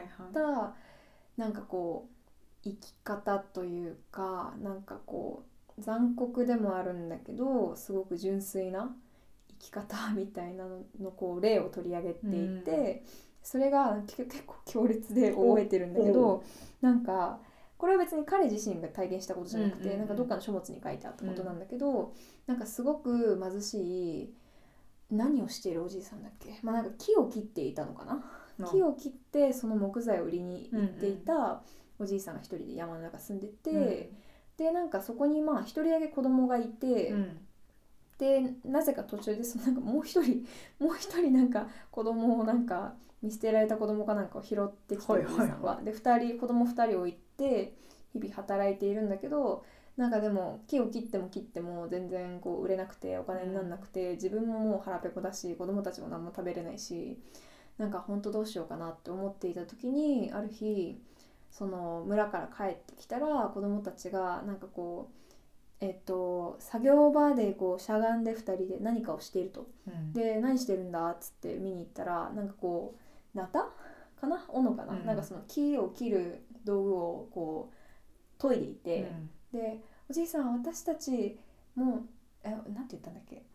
なんかこう生き方というか、なんかこう残酷でもあるんだけどすごく純粋な生き方みたいなのこう例を取り上げていて、それが結構強烈で覚えてるんだけど、なんかこれは別に彼自身が体験したことじゃなくて、なんかどっかの書物に書いてあったことなんだけど、なんかすごく貧しい何をしているおじいさんだっけ、なんか木を切っていたのかな、木を切ってその木材を売りに行っていたおじいさんが一人で山の中住んでて、でなんかそこに一人だけ子供がいて、でなぜか途中でなんかもう一人なんか子供をなんか見捨てられた子供かなんかを拾ってきておじいさんは、で子供2人を置いて日々働いているんだけど、なんかでも木を切っても全然こう売れなくてお金にならなくて、自分ももう腹ペコだし子供たちも何も食べれないし、なんか本当どうしようかなって思っていた時に、ある日その村から帰ってきたら子供たちがなんかこう作業場でこうしゃがんで2人で何かをしていると、で何してるんだっつって見に行ったら、なんかこうナタかな斧かな、なんかその木を切る道具をこう研いでいて、でおじいさん私たちもうなんて言ったんだっけ、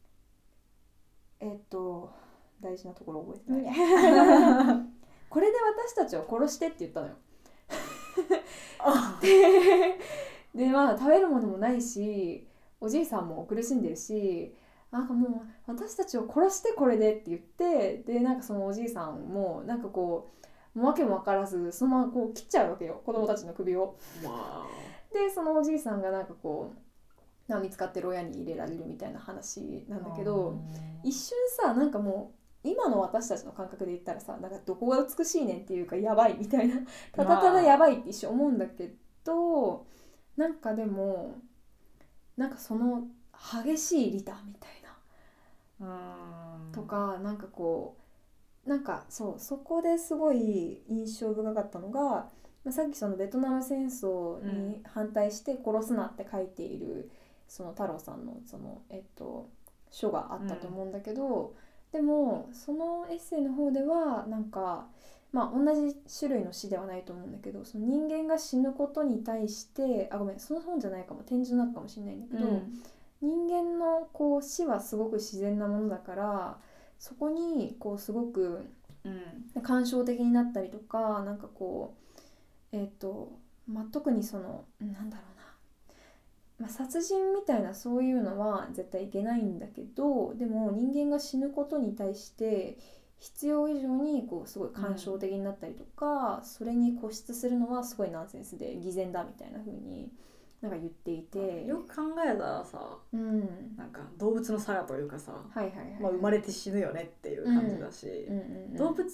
大事なところ覚えてないこれで私たちを殺してって言ったのよで食べるものもないしおじいさんも苦しんでるし、なんかもう私たちを殺してこれでって言って、でなんかそのおじいさんもなんかこうもう訳も分からずそのままこう切っちゃうわけよ、子供たちの首を。でそのおじいさんがなんかこう見つかってる親に入れられるみたいな話なんだけど、一瞬さなんかもう今の私たちの感覚で言ったらさ、なんかどこが美しいねんっていうかやばいみたいなただただやばいって一瞬思うんだけど、なんかでもなんかその激しいリタみたいなとか、なんかこうなんかそこですごい印象深かったのが、さっきそのベトナム戦争に反対して殺すなって書いているその太郎さんのその書があったと思うんだけど、でもそのエッセイの方ではなんか同じ種類の死ではないと思うんだけど、その人間が死ぬことに対してごめん、その本じゃないかも、展示の中かもしれないんだけど、人間のこう死はすごく自然なものだから、そこにこうすごく感傷的になったりとか、なんかこう特にそのなんだろうな、殺人みたいなそういうのは絶対いけないんだけど、でも人間が死ぬことに対して必要以上にこうすごい感傷的になったりとか、それに固執するのはすごいナンセンスで偽善だみたいな風になんか言っていて、 よく考えたらさ、なんか動物の差というかさ、生まれて死ぬよねっていう感じだし、動物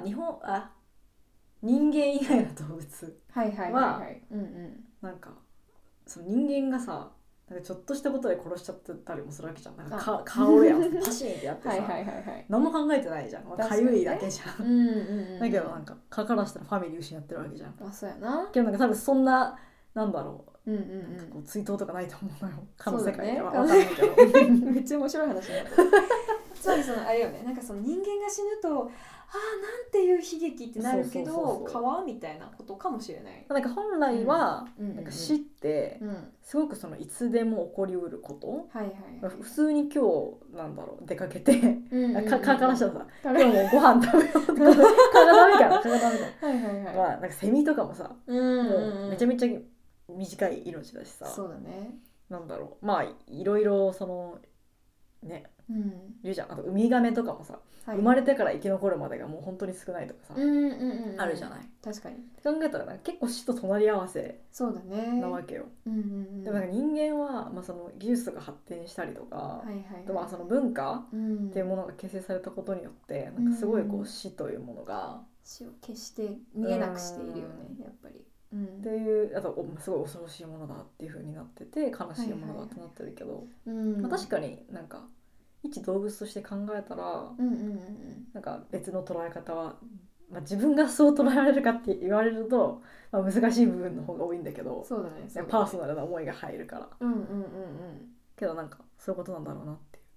人間以外の動物はなんかその人間がさ、なんかちょっとしたことで殺しちゃってたりもするわけじゃん。なんか顔やんパシーンってやってさ何も考えてないじゃん、かゆいだけじゃん。だけどなんか蚊からしたらファミリー失ってるわけじゃん。 そうやな。 けどなんか多分そんななんだろう、なんかこう追悼とかないと思うのよ、蚊の世界では。分かんないけどめっちゃ面白い話になってる。つまりそのあれよね、なんかその人間が死ぬとなんていう悲劇ってなるけど、川みたいなことかもしれない。 なんか本来はなんか死ってすごくそのいつでも起こりうること、普通に今日なんだろう出かけて蚊からしたらさ、今日もご飯食べようとか蚊がダメかな、蚊がダメだ。なんかセミとかもさ、もうめちゃめちゃ短い命だしさ、 そうだね。 なんだろう、いろいろそのね、言うじゃん。あとウミガメとかもさ、生まれてから生き残るまでがもう本当に少ないとかさ、あるじゃない。 確かに。 考えたら結構死と隣り合わせなわけよ。でもなんか人間は、その技術とか発展したりとか、その文化っていうものが形成されたことによって、なんかすごいこう死というものが死を決して見えなくしているよね、やっぱり。 っていう、あとすごい恐ろしいものだっていう風になってて、悲しいものだってなってるけど、確かになんか一動物として考えたら、なんか別の捉え方は、自分がそう捉えられるかって言われると、難しい部分の方が多いんだけど、 そうだね、 パーソナルな思いが入るから、けどなんかそういうことなんだろうなっていう。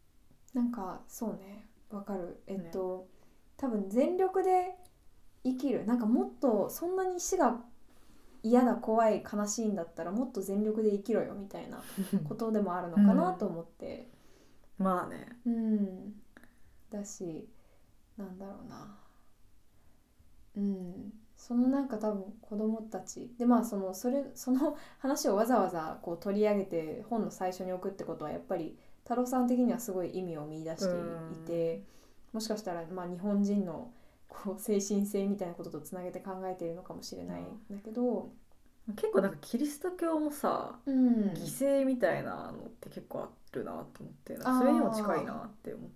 なんかそうね、わかる。多分全力で生きる、なんかもっとそんなに死が嫌だ怖い悲しいんだったらもっと全力で生きろよみたいなことでもあるのかなと思って、 まあね、 だし、なんだろうな、そのなんか多分子供たちでその話をわざわざこう取り上げて本の最初に置くってことは、やっぱり太郎さん的にはすごい意味を見出していて、もしかしたら日本人のこう精神性みたいなこととつなげて考えているのかもしれないんだけど、 結構なんかキリスト教もさ、犠牲みたいなのって結構あるなと思って、それにも近いなって思った。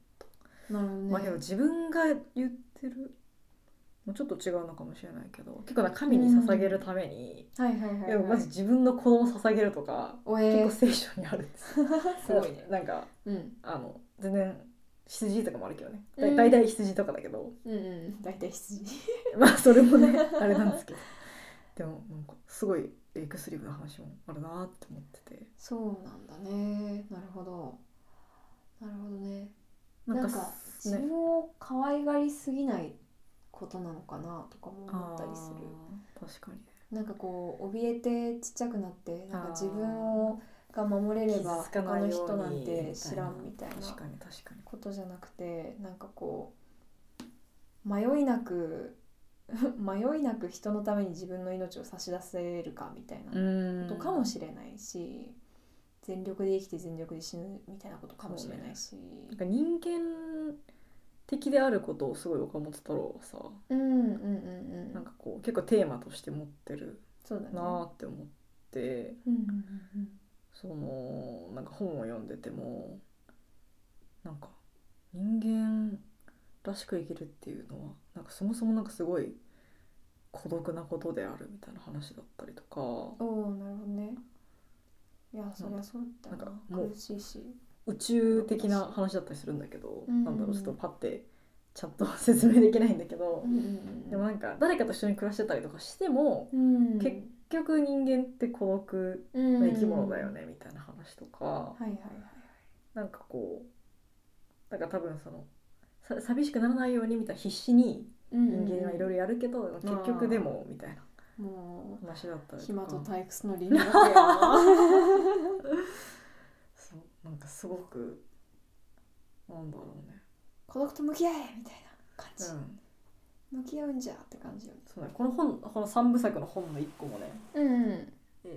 なるほどね。 けど自分が言ってるもうちょっと違うのかもしれないけど、結構神に捧げるために、まず自分の子供を捧げるとか、結構聖書にあるんですよ。すごいね。なんか、全然羊とかもあるけどね、大体羊とかだけど、 大体羊それもねあれなんですけど、でもなんかすごいエクスリームな話もあるなって思ってて。 そうなんだね。なるほどね。なんか自分を可愛がりすぎないことなのかなとかも思ったりする。 確かに。 なんかこう怯えてちっちゃくなって、なんか自分が守れれば他の人なんて知らんみたいなことじゃなくて、なんかこう迷いなく人のために自分の命を差し出せるかみたいなことかもしれないし、全力で生きて全力で死ぬみたいなことかもしれないし、 なんか人間的であることをすごい岡本太郎はさ、なんかこう結構テーマとして持ってるなって思って、そのなんか本を読んでても、なんか人間らしく生きるっていうのはなんかそもそもなんかすごい孤独なことであるみたいな話だったりとか。 おお、なるほどね。いやそりゃそうだよな。なんかもう苦しいし宇宙的な話だったりするんだけど、なんだろう、ちょっとパッてちゃんと説明できないんだけど、でもなんか誰かと一緒に暮らしてたりとかしても、結局人間って孤独な生き物だよねみたいな話とか、なんかこうなんか多分その寂しくならないようにみたいな必死に人間はいろいろやるけど、結局でもみたいな話だったりとか、 暇と退屈の輪郭やなそうなんかすごくなんだろうね、 孤独と向き合えみたいな感じ、向き合うんじゃって感じよね。 そうね、この3部作の本の1個もね、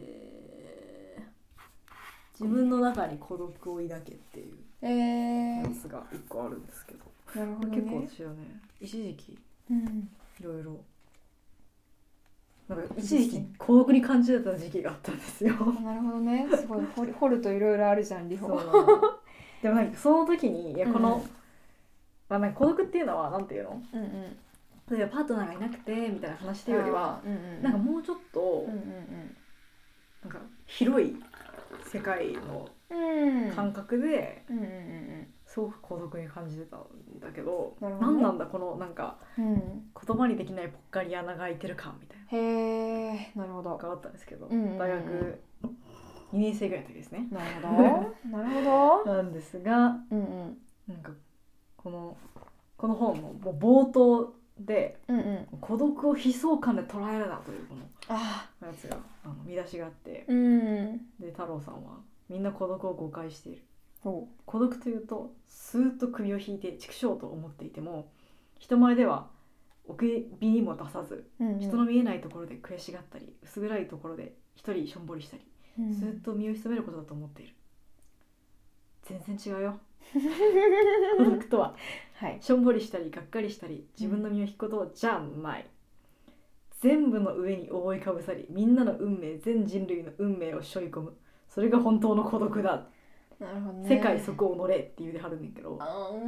自分の中に孤独を抱けっていうやつが1個あるんですけど、 なるほどね、 結構私はね一時期いろいろなんか一時期孤独に感じてた時期があったんですよ。 なるほどね、すごい掘るといろいろあるじゃんリホ。 でもなんかその時にいやこの、なんか孤独っていうのはなんていうの、例えばパートナーがいなくてみたいな話っていうよりは、なんかもうちょっと、なんか広い世界の感覚で、すごく孤独に感じてたんだけど、何なんだこのなんか、言葉にできないぽっかり穴が開いてる感みたいな。 へー、なるほど。 があったんですけど、大学2年生ぐらいの時ですね。 なるほどなるほど。 なんですが、なんかこの本のもう冒頭で、孤独を悲壮感で捉えるなというこのやつが見出しがあって、で太郎さんはみんな孤独を誤解している。孤独というとスーッと首を引いて畜生と思っていても、人前ではお首にも出さず、人の見えないところで悔しがったり、薄暗いところで一人しょんぼりしたり、ずっと身を潜めることだと思っている。全然違うよ孤独とは、しょんぼりしたりがっかりしたり自分の身を引くことじゃない、全部の上に覆いかぶさり、みんなの運命、全人類の運命を背負い込む、それが本当の孤独だ。 なるほどね、 世界そこを乗れって言うではるんだけど、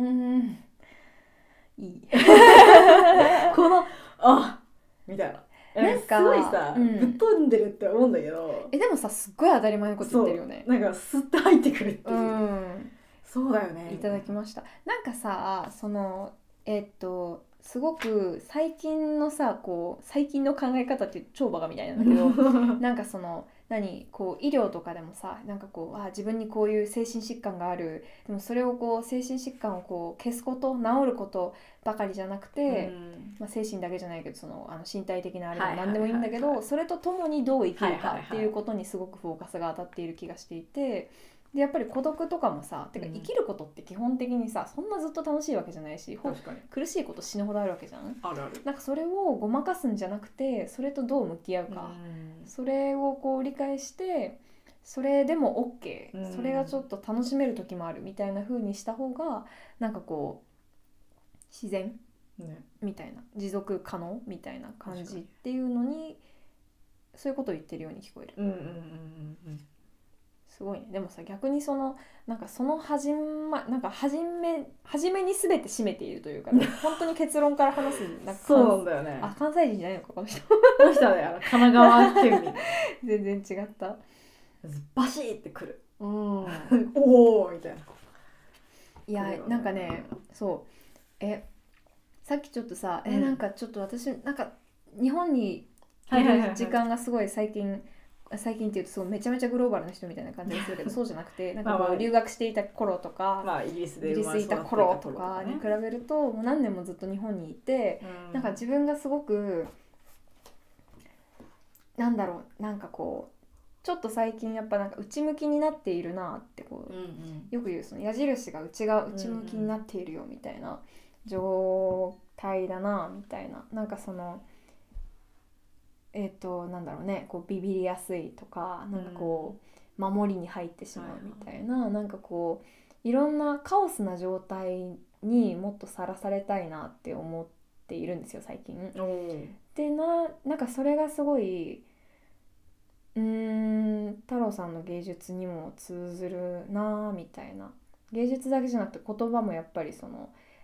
いいこのみたいな、なんかすごいさ、ぶっ飛んでるって思うんだけど、 でもさすっごい当たり前のこと言ってるよね。 なんかスッと入ってくるっていう、そうだよね。 いただきました。なんかさ、そのすごく最近のさ、こう最近の考え方って超バカみたいなんだけどなんかそのこう医療とかでもさ、なんかこう自分にこういう精神疾患がある、でもそれをこう精神疾患をこう消すこと、治ることばかりじゃなくて、精神だけじゃないけどその身体的なあれでも何でもいいんだけど、それとともにどう生きるかっていうことにすごくフォーカスが当たっている気がしていて、でやっぱり孤独とかもさ、てか生きることって基本的にさ、そんなずっと楽しいわけじゃないし、苦しいこと死ぬほどあるわけじゃん。なんかそれをごまかすんじゃなくて、それとどう向き合うか、それをこう理解して、それでも OK、それがちょっと楽しめる時もあるみたいな風にした方が、なんかこう自然みたいな、持続可能みたいな感じっていうのに、そういうことを言ってるように聞こえる。すごいね。でもさ、逆にそのなんかその初めに全て占めているというか、ね、本当に結論から話すなんかそうなんだよね。 関西人じゃないのかこの人。 この人はね、神奈川県民全然違った。 バシーってくる。おおみたいな。 いや、なんかね、そうさっきちょっとさ、なんかちょっと私なんか日本にいる時間がすごい最近っていうとそうめちゃめちゃグローバルな人みたいな感じがするけどそうじゃなくて、なんかこう留学していた頃とか、イギリスいた頃とかに比べると、もう何年もずっと日本にいて、なんか自分がすごくなんだろう、なんかこうちょっと最近やっぱなんか内向きになっているなってこう、よく言うその矢印が内向きになっているよみたいな状態だなみたいな、なんかそのなんだろうね、こうビビりやすいとか、なんかこう守りに入ってしまうみたいな、なんかこういろんなカオスな状態にもっとさらされたいなって思っているんですよ最近。でなんかそれがすごい太郎さんの芸術にも通ずるなみたいな。芸術だけじゃなくて言葉もやっぱりその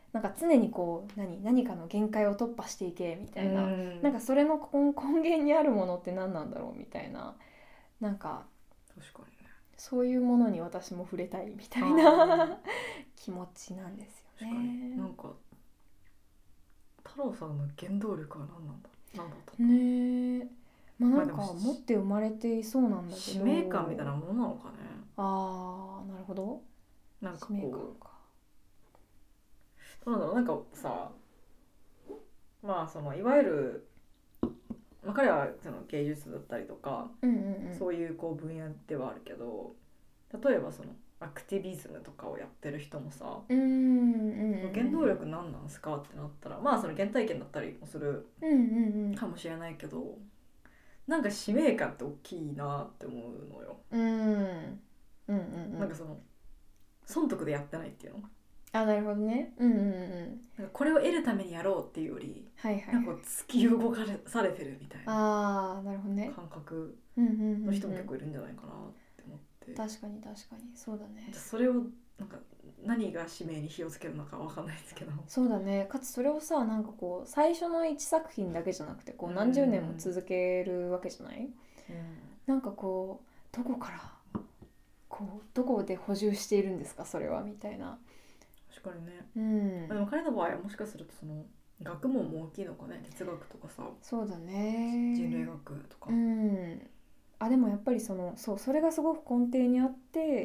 なんか常にこう何かの限界を突破していけみたいな、なんかそれの根源にあるものって何なんだろうみたいな、なんか確かにね、 そういうものに私も触れたいみたいな気持ちなんですよね。 なんか太郎さんの原動力は何だったねえ、まあなんか持って生まれていそうなんだけど、 使命感みたいなものなのかね。 ああ、なるほど。 なんかこう使命感か。 どうなんだろう、なんかさ、まあそのいわゆる、まあ、彼はその芸術だったりとか、そういうこう分野ではあるけど、例えばそのアクティビズムとかをやってる人もさ、原動力何なんすかってなったら、まあその原体験だったりもするかもしれないけど、なんか使命感って大きいなって思うのよ。なんかその損得でやってないっていうの。 あ、なるほどね。 なんかこれを得るためにやろうっていうより、なんか突き動かされてるみたいな感覚の人も結構いるんじゃないかなって思って。 確かにそうだね。 それをなんか何が使命に火をつけるのかわかんないですけど。 そうだね。かつそれをさ、なんかこう最初の1作品だけじゃなくてこう何十年も続けるわけじゃない？なんかこうどこからこうどこで補充しているんですかそれはみたいな。 確かにね。でも彼の場合はもしかするとその学問も大きいのかね。哲学とかさ。 そうだね。 人類学とか。 でもやっぱりそれがすごく根底にあって、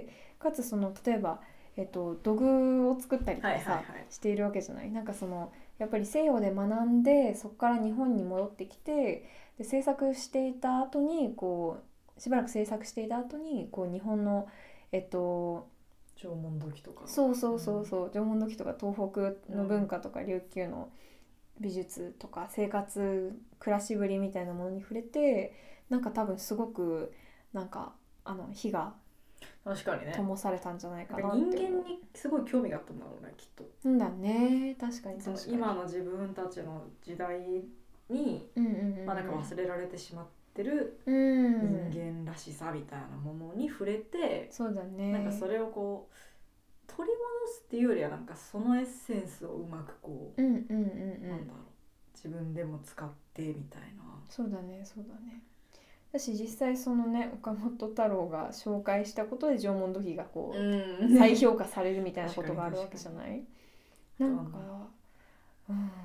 かつその例えば、土偶を作ったりとかさ、しているわけじゃない。なんかそのやっぱり西洋で学んでそこから日本に戻ってきて、で制作していた後にこうしばらく制作していた後にこう日本の縄文土器とか、 そう縄文土器とか東北の文化とか琉球の美術とか生活暮らしぶりみたいなものに触れて、なんか多分すごくなんか火が確かにね灯されたんじゃないかなって。 人間にすごい興味があったんだろうねきっと。 うんだね。確かに今の自分たちの時代に、なんか忘れられてしまってる人間らしさみたいなものに触れて、 そうだね。 なんかそれをこう取り戻すっていうよりはなんかそのエッセンスをうまくこう、なんだろう、自分でも使ってみたいな。 そうだね。だし実際そのね岡本太郎が紹介したことで縄文土器がこう、再評価されるみたいなことがあるわけじゃない。なんかなんだろうね、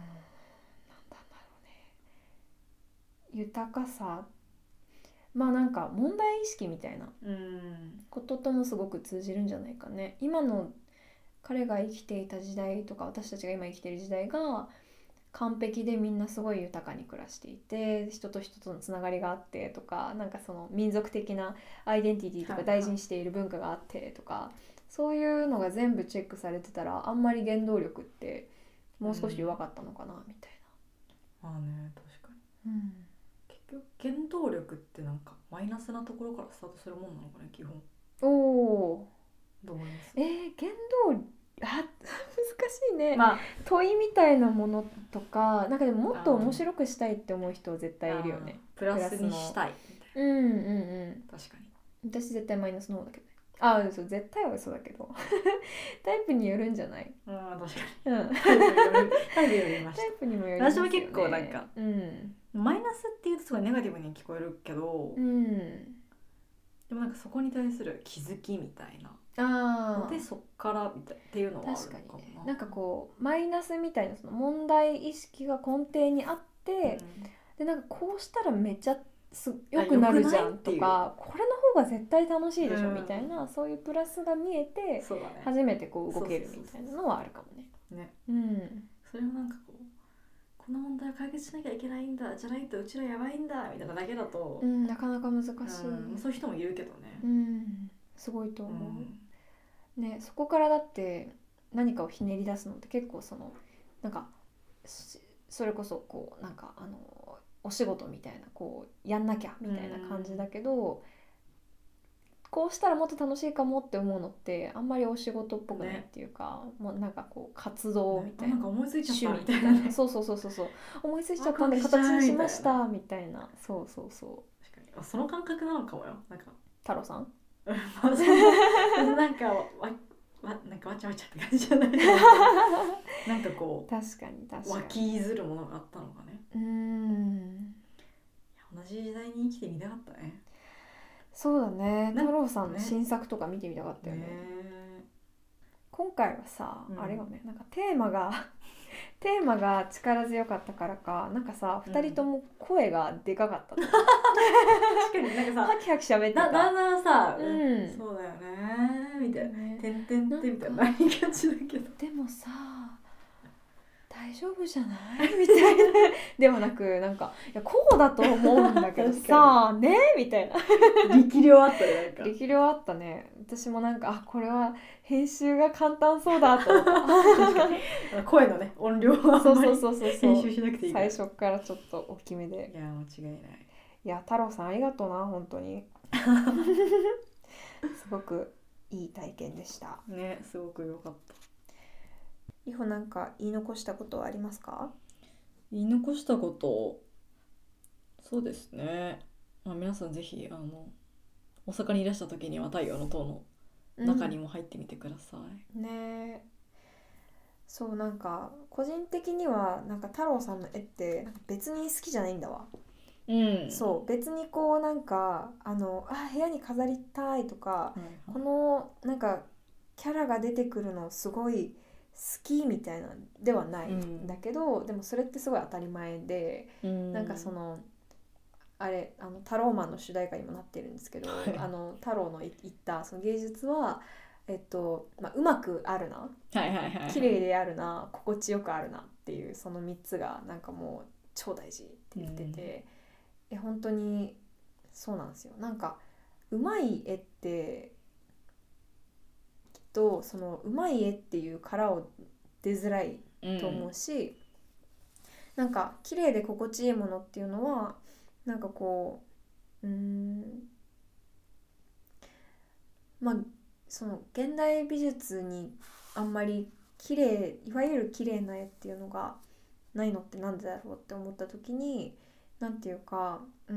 豊かさ、まあなんか問題意識みたいなことともすごく通じるんじゃないかね。今の彼が生きていた時代とか私たちが今生きている時代が完璧でみんなすごい豊かに暮らしていて、人と人とのつながりがあってとか、なんかその民族的なアイデンティティとか大事にしている文化があってとか、そういうのが全部チェックされてたらあんまり原動力ってもう少し弱かったのかなみたいな。まあね、確かに。結局原動力ってなんかマイナスなところからスタートするもんなのかね基本。どう思います？ 原動力難しいね、問いみたいなものとか、なんかでももっと面白くしたいって思う人は絶対いるよね。 プラスにしたいみたいな。確かに私絶対マイナスの方だけど、そう絶対は嘘だけどタイプによるんじゃない？ 確かに、タイプによりました。 タイプにもよりますよね。 私も結構なんか、マイナスって言うとすごいネガティブに聞こえるけど、でもなんかそこに対する気づきみたいなでそっからみたいっていうのはあるかもな。 確かにね。なんかこうマイナスみたいなその問題意識が根底にあって、でなんかこうしたらめっちゃ良くなるじゃんとか、これの方が絶対楽しいでしょみたいな、そういうプラスが見えて、初めてこう動けるみたいなのはあるかもね。 それもなんかこの問題を解決しなきゃいけないんだじゃないとうちらやばいんだみたいなだけだと、 なかなか難しい、 そういう人もいるけどね。 すごいと思う、ね。そこからだって何かをひねり出すのって結構そのなんかそれこそこうなんかお仕事みたいなこうやんなきゃみたいな感じだけど、こうしたらもっと楽しいかもって思うのってあんまりお仕事っぽくないっていうか、もうなんかこう活動みたいな、 なんか思いついちゃったみたいな、 そう思いついちゃったんで形にしましたみたいな、そう確かにその感覚なのかもよ。なんか太郎さんなんかわちゃわちゃって感じじゃないなんかこう確かに湧きずるものがあったのかね。同じ時代に生きてみたかったね。 そうだね。太郎さんの新作とか見てみたかったよね。今回はさ、あれよね、なんかテーマが力強かったからか、なんかさ、2人とも声がでかかった。確かになんかさ、 ハキハキ喋ってた。 だんだんさ、そうだよねみたいな、てんてんてんみたいな感じだけど。 でもさ、大丈夫じゃないみたいなではなく、なんかいやこうだと思うんだけどさねみたいな力量あったね。なんか力量あったね。私もなんかこれは編集が簡単そうだと思った声のね音量はあんまり編集しなくていい。 最初からちょっと大きめで。 いや間違いない。 いや太郎さんありがとうな本当にすごくいい体験でしたね。すごく良かった。 りほなんか言い残したことはありますか？ 言い残したこと、そうですね、皆さんぜひ大阪にいらした時には太陽の塔の中にも入ってみてください、 ね。そうなんか個人的にはなんか太郎さんの絵ってなんか別に好きじゃないんだわ。そう別にこうなんか部屋に飾りたいとか、このなんかキャラが出てくるのすごい好きみたいなではないんだけど、でもそれってすごい当たり前で、なんかそのあれタローマンの主題歌にもなってるんですけど、太郎の言ったその芸術はうまくあるな、綺麗であるな、心地よくあるなっていうその3つがなんかもう超大事って言ってて、本当にそうなんですよ。なんかうまい絵ってきっとそのうまい絵っていう殻を出づらいと思うし、なんか綺麗で心地いいものっていうのはなんかこうまあその現代美術にあんまり綺麗、いわゆる綺麗な絵っていうのがないのってなんでだろうって思った時に、なんていうかこ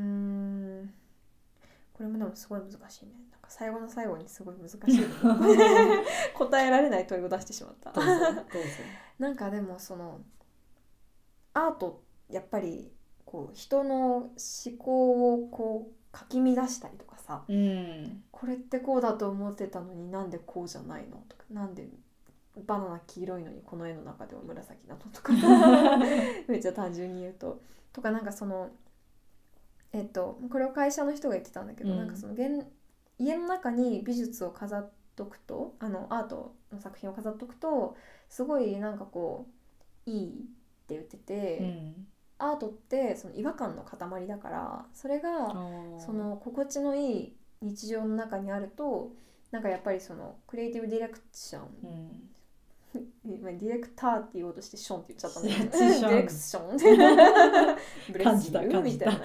れもでもすごい難しいね。なんか最後の最後にすごい難しい答えられない問いを出してしまった。なんかでもそのアートやっぱりこう人の思考をこうかき乱したりとかさ、これってこうだと思ってたのになんでこうじゃないのとか、なんでバナナ黄色いのにこの絵の中では紫なのとかめっちゃ単純に言うととか、なんかそのこれを会社の人が言ってたんだけど、なんかその家の中に美術を飾っとくとアートの作品を飾っとくとすごいなんかこういいって言ってて、アートってその違和感の塊だから、それがその心地のいい日常の中にあるとなんかやっぱりそのクリエイティブディレクション、ディレクターって言おうとしてションって言っちゃったんだけどディレクションブレスユーみたいな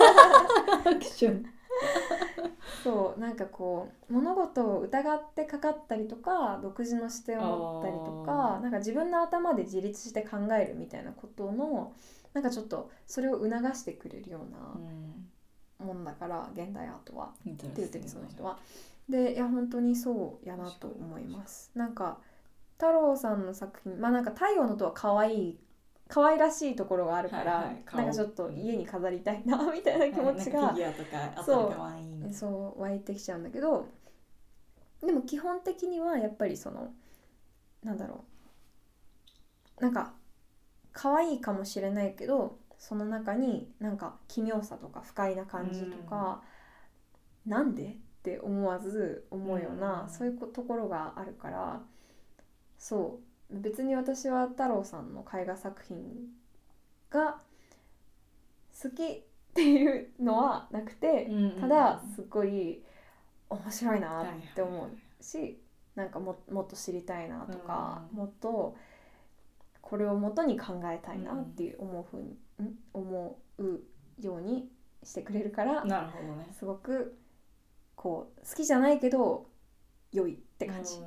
そうなんかこう物事を疑ってかかったりとか、独自の視点を持ったりとか、なんか自分の頭で自立して考えるみたいなことのなんかちょっとそれを促してくれるようなもんだから、現代アートはって言ってて、その人は。でいや本当にそうやなと思います。なんか太郎さんの作品、なんか太陽の塔は可愛らしいところがあるから、なんかちょっと家に飾りたいなみたいな気持ちが、そう湧いてきちゃうんだけど、でも基本的にはやっぱりそのなんだろう、なんか可愛いかもしれないけど、その中になんか奇妙さとか不快な感じとか、なんでって思わず思うような、そういうところがあるから、そう別に私は太郎さんの絵画作品が好きっていうのはなくて、ただすごい面白いなって思うし、なんかもっと知りたいなとか、もっとこれを元に考えたいなっていう思うようにしてくれるから、 なるほどね、 すごくこう好きじゃないけど良いって感じ。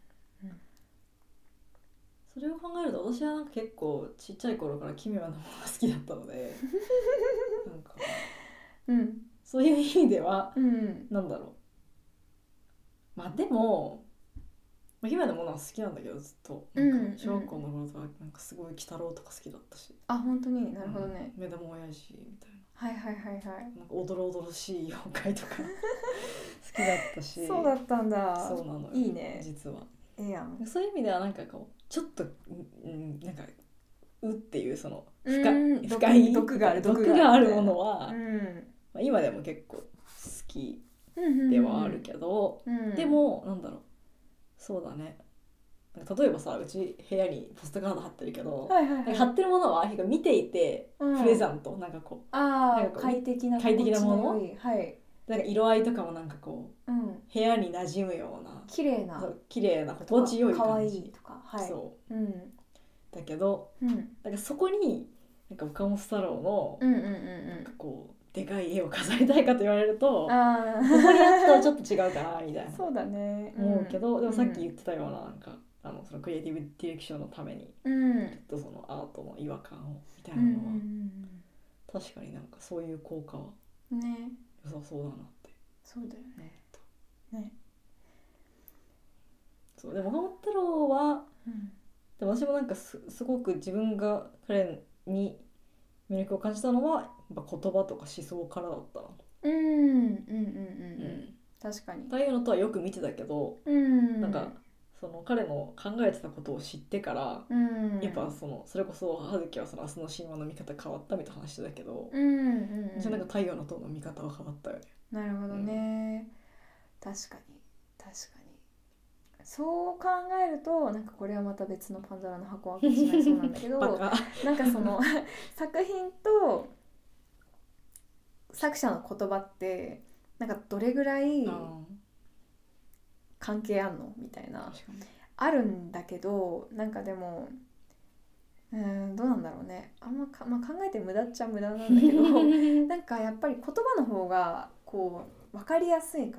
それを考えると私はなんか結構ちっちゃい頃から奇妙なものが好きだったのでなんか、そういう意味では、なんだろう、でも姫のものは好きなんだけどずっとなんか小学校の頃とかなんかすごい鬼太郎とか好きだったし、 あ本当になるほどね、 目玉親父みたいな、 はいはいはいはい、 なんかおどろおどろしい妖怪とか好きだったしそうだったんだ、 そうなのよ、 いいね実は。 やん、 そういう意味ではなんかこうちょっとなんかうっていうその深い毒があるものは、まあ、今でも結構好きではあるけど、でもなんだろう、そうだね、例えばさうち部屋にポストカード貼ってるけど、貼ってるものは見ていてプレゼント、なんかこうなんか快適なもの、 はい、 なんか色合いとかもなんかこう、部屋に馴染むような綺麗な心地よい感じ、 可愛いとか、はい、 そう、だけど、なんかそこになんか岡本太郎のなんかこうでかい絵を飾りたいかと言われると、ここにあったらちょっと違うかなみたいなそうだね、 思うけど、でもさっき言ってたようななんかそのクリエイティブディレクションのために、ちょっとそのアートの違和感をみたいなのは、確かになんかそういう効果はね良さそうだなって。 そうだよね。 そうでも岡本太郎は、でも私もなんかすごく自分が彼に魅力を感じたのはやっぱ言葉とか思想からだったな。 確かに。 太陽の塔はよく見てたけど、なんかその彼の考えてたことを知ってから、やっぱそれこそ葉月はその明日の神話の見方変わったみたいな話だけど、じゃなんか太陽の塔の見方は変わったよね。 なるほどね、確かにそう考えるとなんかこれはまた別のパンドラの箱を開けてしまいそうなんだけどなんかその作品と作者の言葉ってなんかどれぐらい関係あんのみたいなあるんだけど、なんかでもどうなんだろうね、あんま考えて無駄っちゃ無駄なんだけどなんかやっぱり言葉の方がこう分かりやすいから、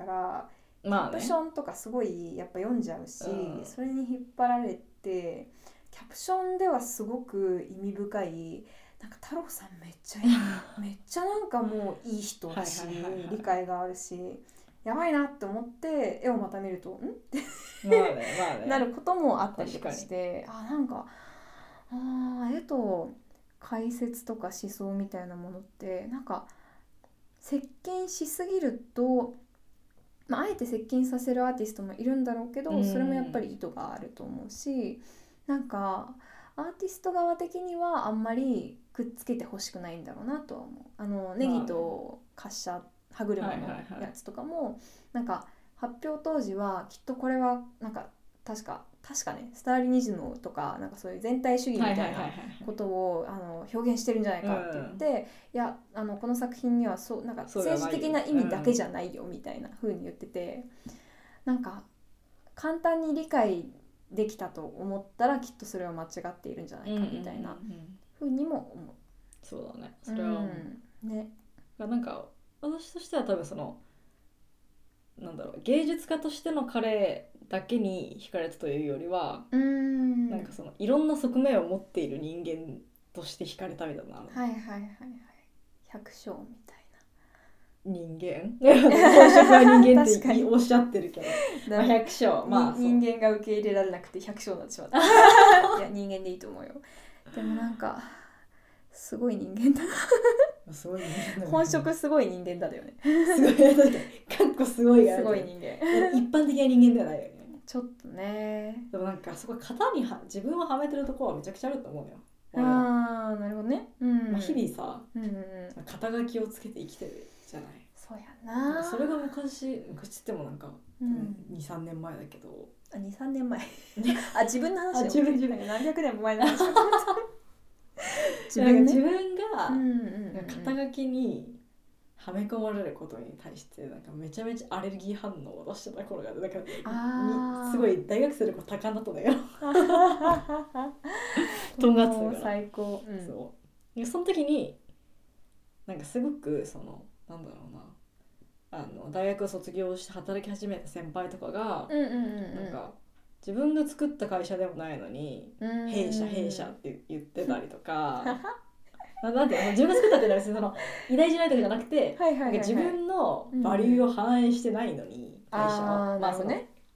キャプションとかすごいやっぱ読んじゃうし、それに引っ張られてキャプションではすごく意味深い、なんか太郎さんめっちゃなんかもういい人だし、理解があるしやばいなって思って絵をまた見るとってなることもあったりとかして、なんか絵と解説とか思想みたいなものってなんか接近しすぎると、あえて接近させるアーティストもいるんだろうけど、それもやっぱり意図があると思うし、なんかアーティスト側的にはあんまりくっつけてほしくないんだろうなとは思う。ネギと滑車歯車のやつとかもなんか発表当時はきっとこれはなんか確かねスターリニズムとかなんかそういう全体主義みたいなことを表現してるんじゃないかって言って、いやこの作品にはそうなんか政治的な意味だけじゃないよみたいな風に言ってて、なんか簡単に理解できたと思ったらきっとそれは間違っているんじゃないかみたいな風にも思う。 そうだね、それはね、なんか私としては多分そのなんだろう、芸術家としての彼だけに惹かれたというよりは、なんかそのいろんな側面を持っている人間として惹かれたみたいな。百姓みたいな人間本職は人間っておっしゃってるけど百姓、 人間が受け入れられなくて百姓になってしまったいや人間でいいと思うよ。でもなんかすごい人間だなすごい人間本職すごい人間だよねすごいかっこすごいすごい人間一般的な人間ではないよね。 ちょっとね。 でもなんかすごい型に自分をはめてるところはめちゃくちゃあると思うよ。 なるほどね、 日々さ、肩書きをつけて生きてるじゃない。 そうやな。 それが昔ってもなんか、2,3 年前だけど。 2,3 年前自分の話自分何百年も前の話自分が肩書きにはめ込まれることに対してなんかめちゃめちゃアレルギー反応を出してた頃があって、だからすごい大学生で多感だったんだよとんがってたから最高、 そうその時になんかすごくそのなんだろうな、大学を卒業して働き始めた先輩とかが、なんか自分が作った会社でもないのに弊社って言ってたりとかなんて自分が作ったっていうのは別にその偉大じゃないとかじゃなくて、自分のバリューを反映してないのに会社は、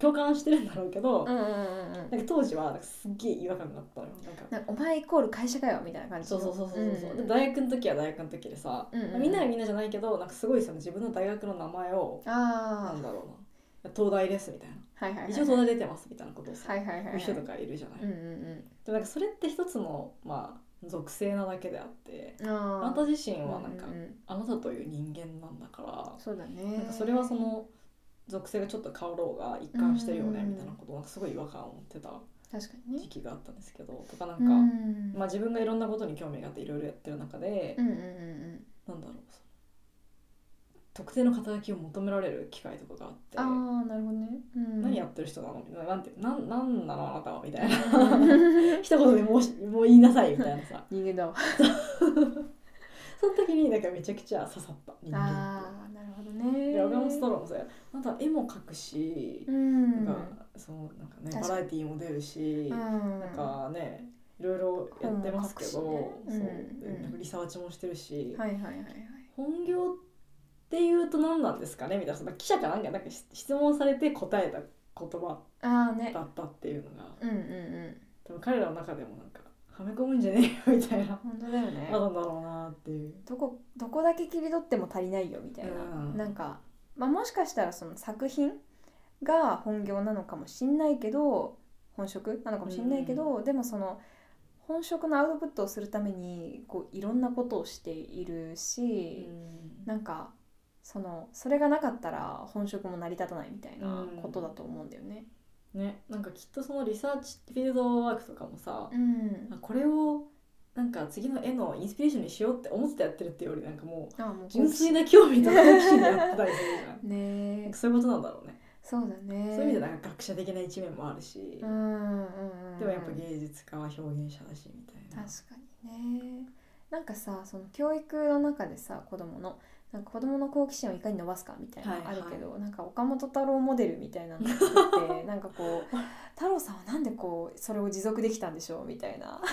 共感してるんだろうけど、なんか当時はなんかすっげえ違和感があったのよ。 なんかお前イコール会社かよみたいな感じ。 そう、で大学の時は大学の時でさ、みんながみんなじゃないけどなんかすごいその自分の大学の名前をなんだろうな、東大ですみたいな、一応東大出てますみたいなことをさ言う人とかいるじゃない。でもなんかそれって一つのまあ属性なだけであって、あなた自身はなんか、あなたという人間なんだから、 そうだね、 なんかそれはその属性がちょっと変わろうが一貫してるよねみたいなことをなんかすごい違和感を持ってた時期があったんですけど、とかなんか、まあ、自分がいろんなことに興味があっていろいろやってる中で、なんだろう、特定の肩書きを求められる機会とかがあって、 あーなるほどね、 何やってる人なのみたいな、なんなのあなたはみたいな一言でもう言いなさいみたいなさ人間だわその時になんかめちゃくちゃ刺さった人間って。 あーなるほどね。 で岡本太郎もさ、また絵も描くし、なんかそうなんかねバラエティーも出るし、なんかねいろいろやってますけど、そうリサーチもしてるし、本業っていうと何なんですかねみたいな、記者かなんか質問されて答えた言葉だったっていうのが、多分彼らの中でもなんかはめ込むんじゃねえよみたいな、 本当だよね、 あるんだろうなっていう、 どこだけ切り取っても足りないよみたいな、なんか、まあ、もしかしたらその作品が本業なのかもしんないけど、本職なのかもしんないけど、でもその本職のアウトプットをするためにこういろんなことをしているし、なんかそれがなかったら本職も成り立たないみたいなことだと思うんだよね。 なんかきっとそのリサーチフィールドワークとかもさ、これをなんか次の絵のインスピレーションにしようって思ってやってるっていうよりなんかもう純粋な興味と好奇心でやってたりするじゃんね。そういうことなんだろうね。 そうだね。 そういう意味でなんか学者的な一面もあるし、でもやっぱ芸術家は表現者だしみたいな。 確かにね。なんかさ、その教育の中でさ、子供の好奇心をいかに伸ばすかみたいなのあるけど、なんか岡本太郎モデルみたいなのがあってなんかこう太郎さんはなんでこうそれを持続できたんでしょうみたいな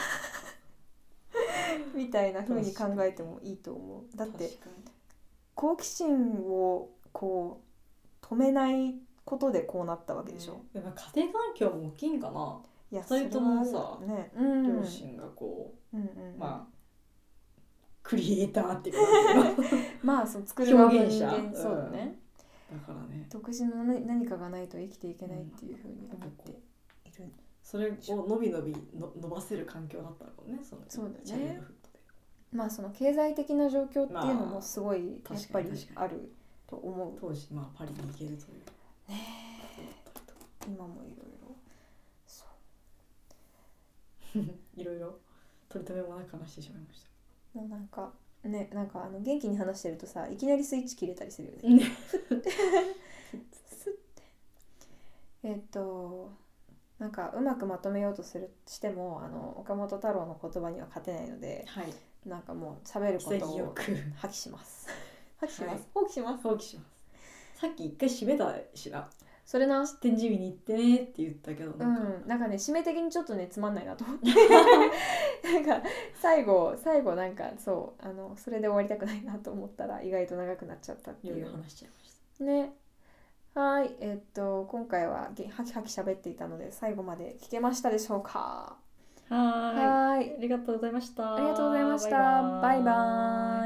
みたいな風に考えてもいいと思う。だって好奇心をこう止めないことでこうなったわけでしょ。 やっぱ家庭環境も大きいんかな。2人ともさ、両親がこう、まあクリエイターっていうかまあその作る側の人間、 そうだね、 だからね独自の何かがないと生きていけないっていうふうに思っている、 それを伸び伸ばせる環境だったのね、 そうだね。まあその経済的な状況っていうのもすごいやっぱりあると思う。 当時まあパリに行けるというね、今もいろいろそういろいろ取り留めもなく話してしまいました。 なんかね、なんか元気に話してるとさ、いきなりスイッチ切れたりするよね。なんかうまくまとめようとしても岡本太郎の言葉には勝てないので、なんかもう喋ることを破棄します。放棄します。 さっき一回締めたしな。それな、 天神見に行ってねって言ったけどなんかね、締め的にちょっとねつまんないなと思ってなんか最後なんかそうそれで終わりたくないなと思ったら意外と長くなっちゃったっていう。 話しちゃいましたね。はい、今回はハキハキ喋っていたので最後まで聞けましたでしょうか。 はい、ありがとうございました。 バイバーイ。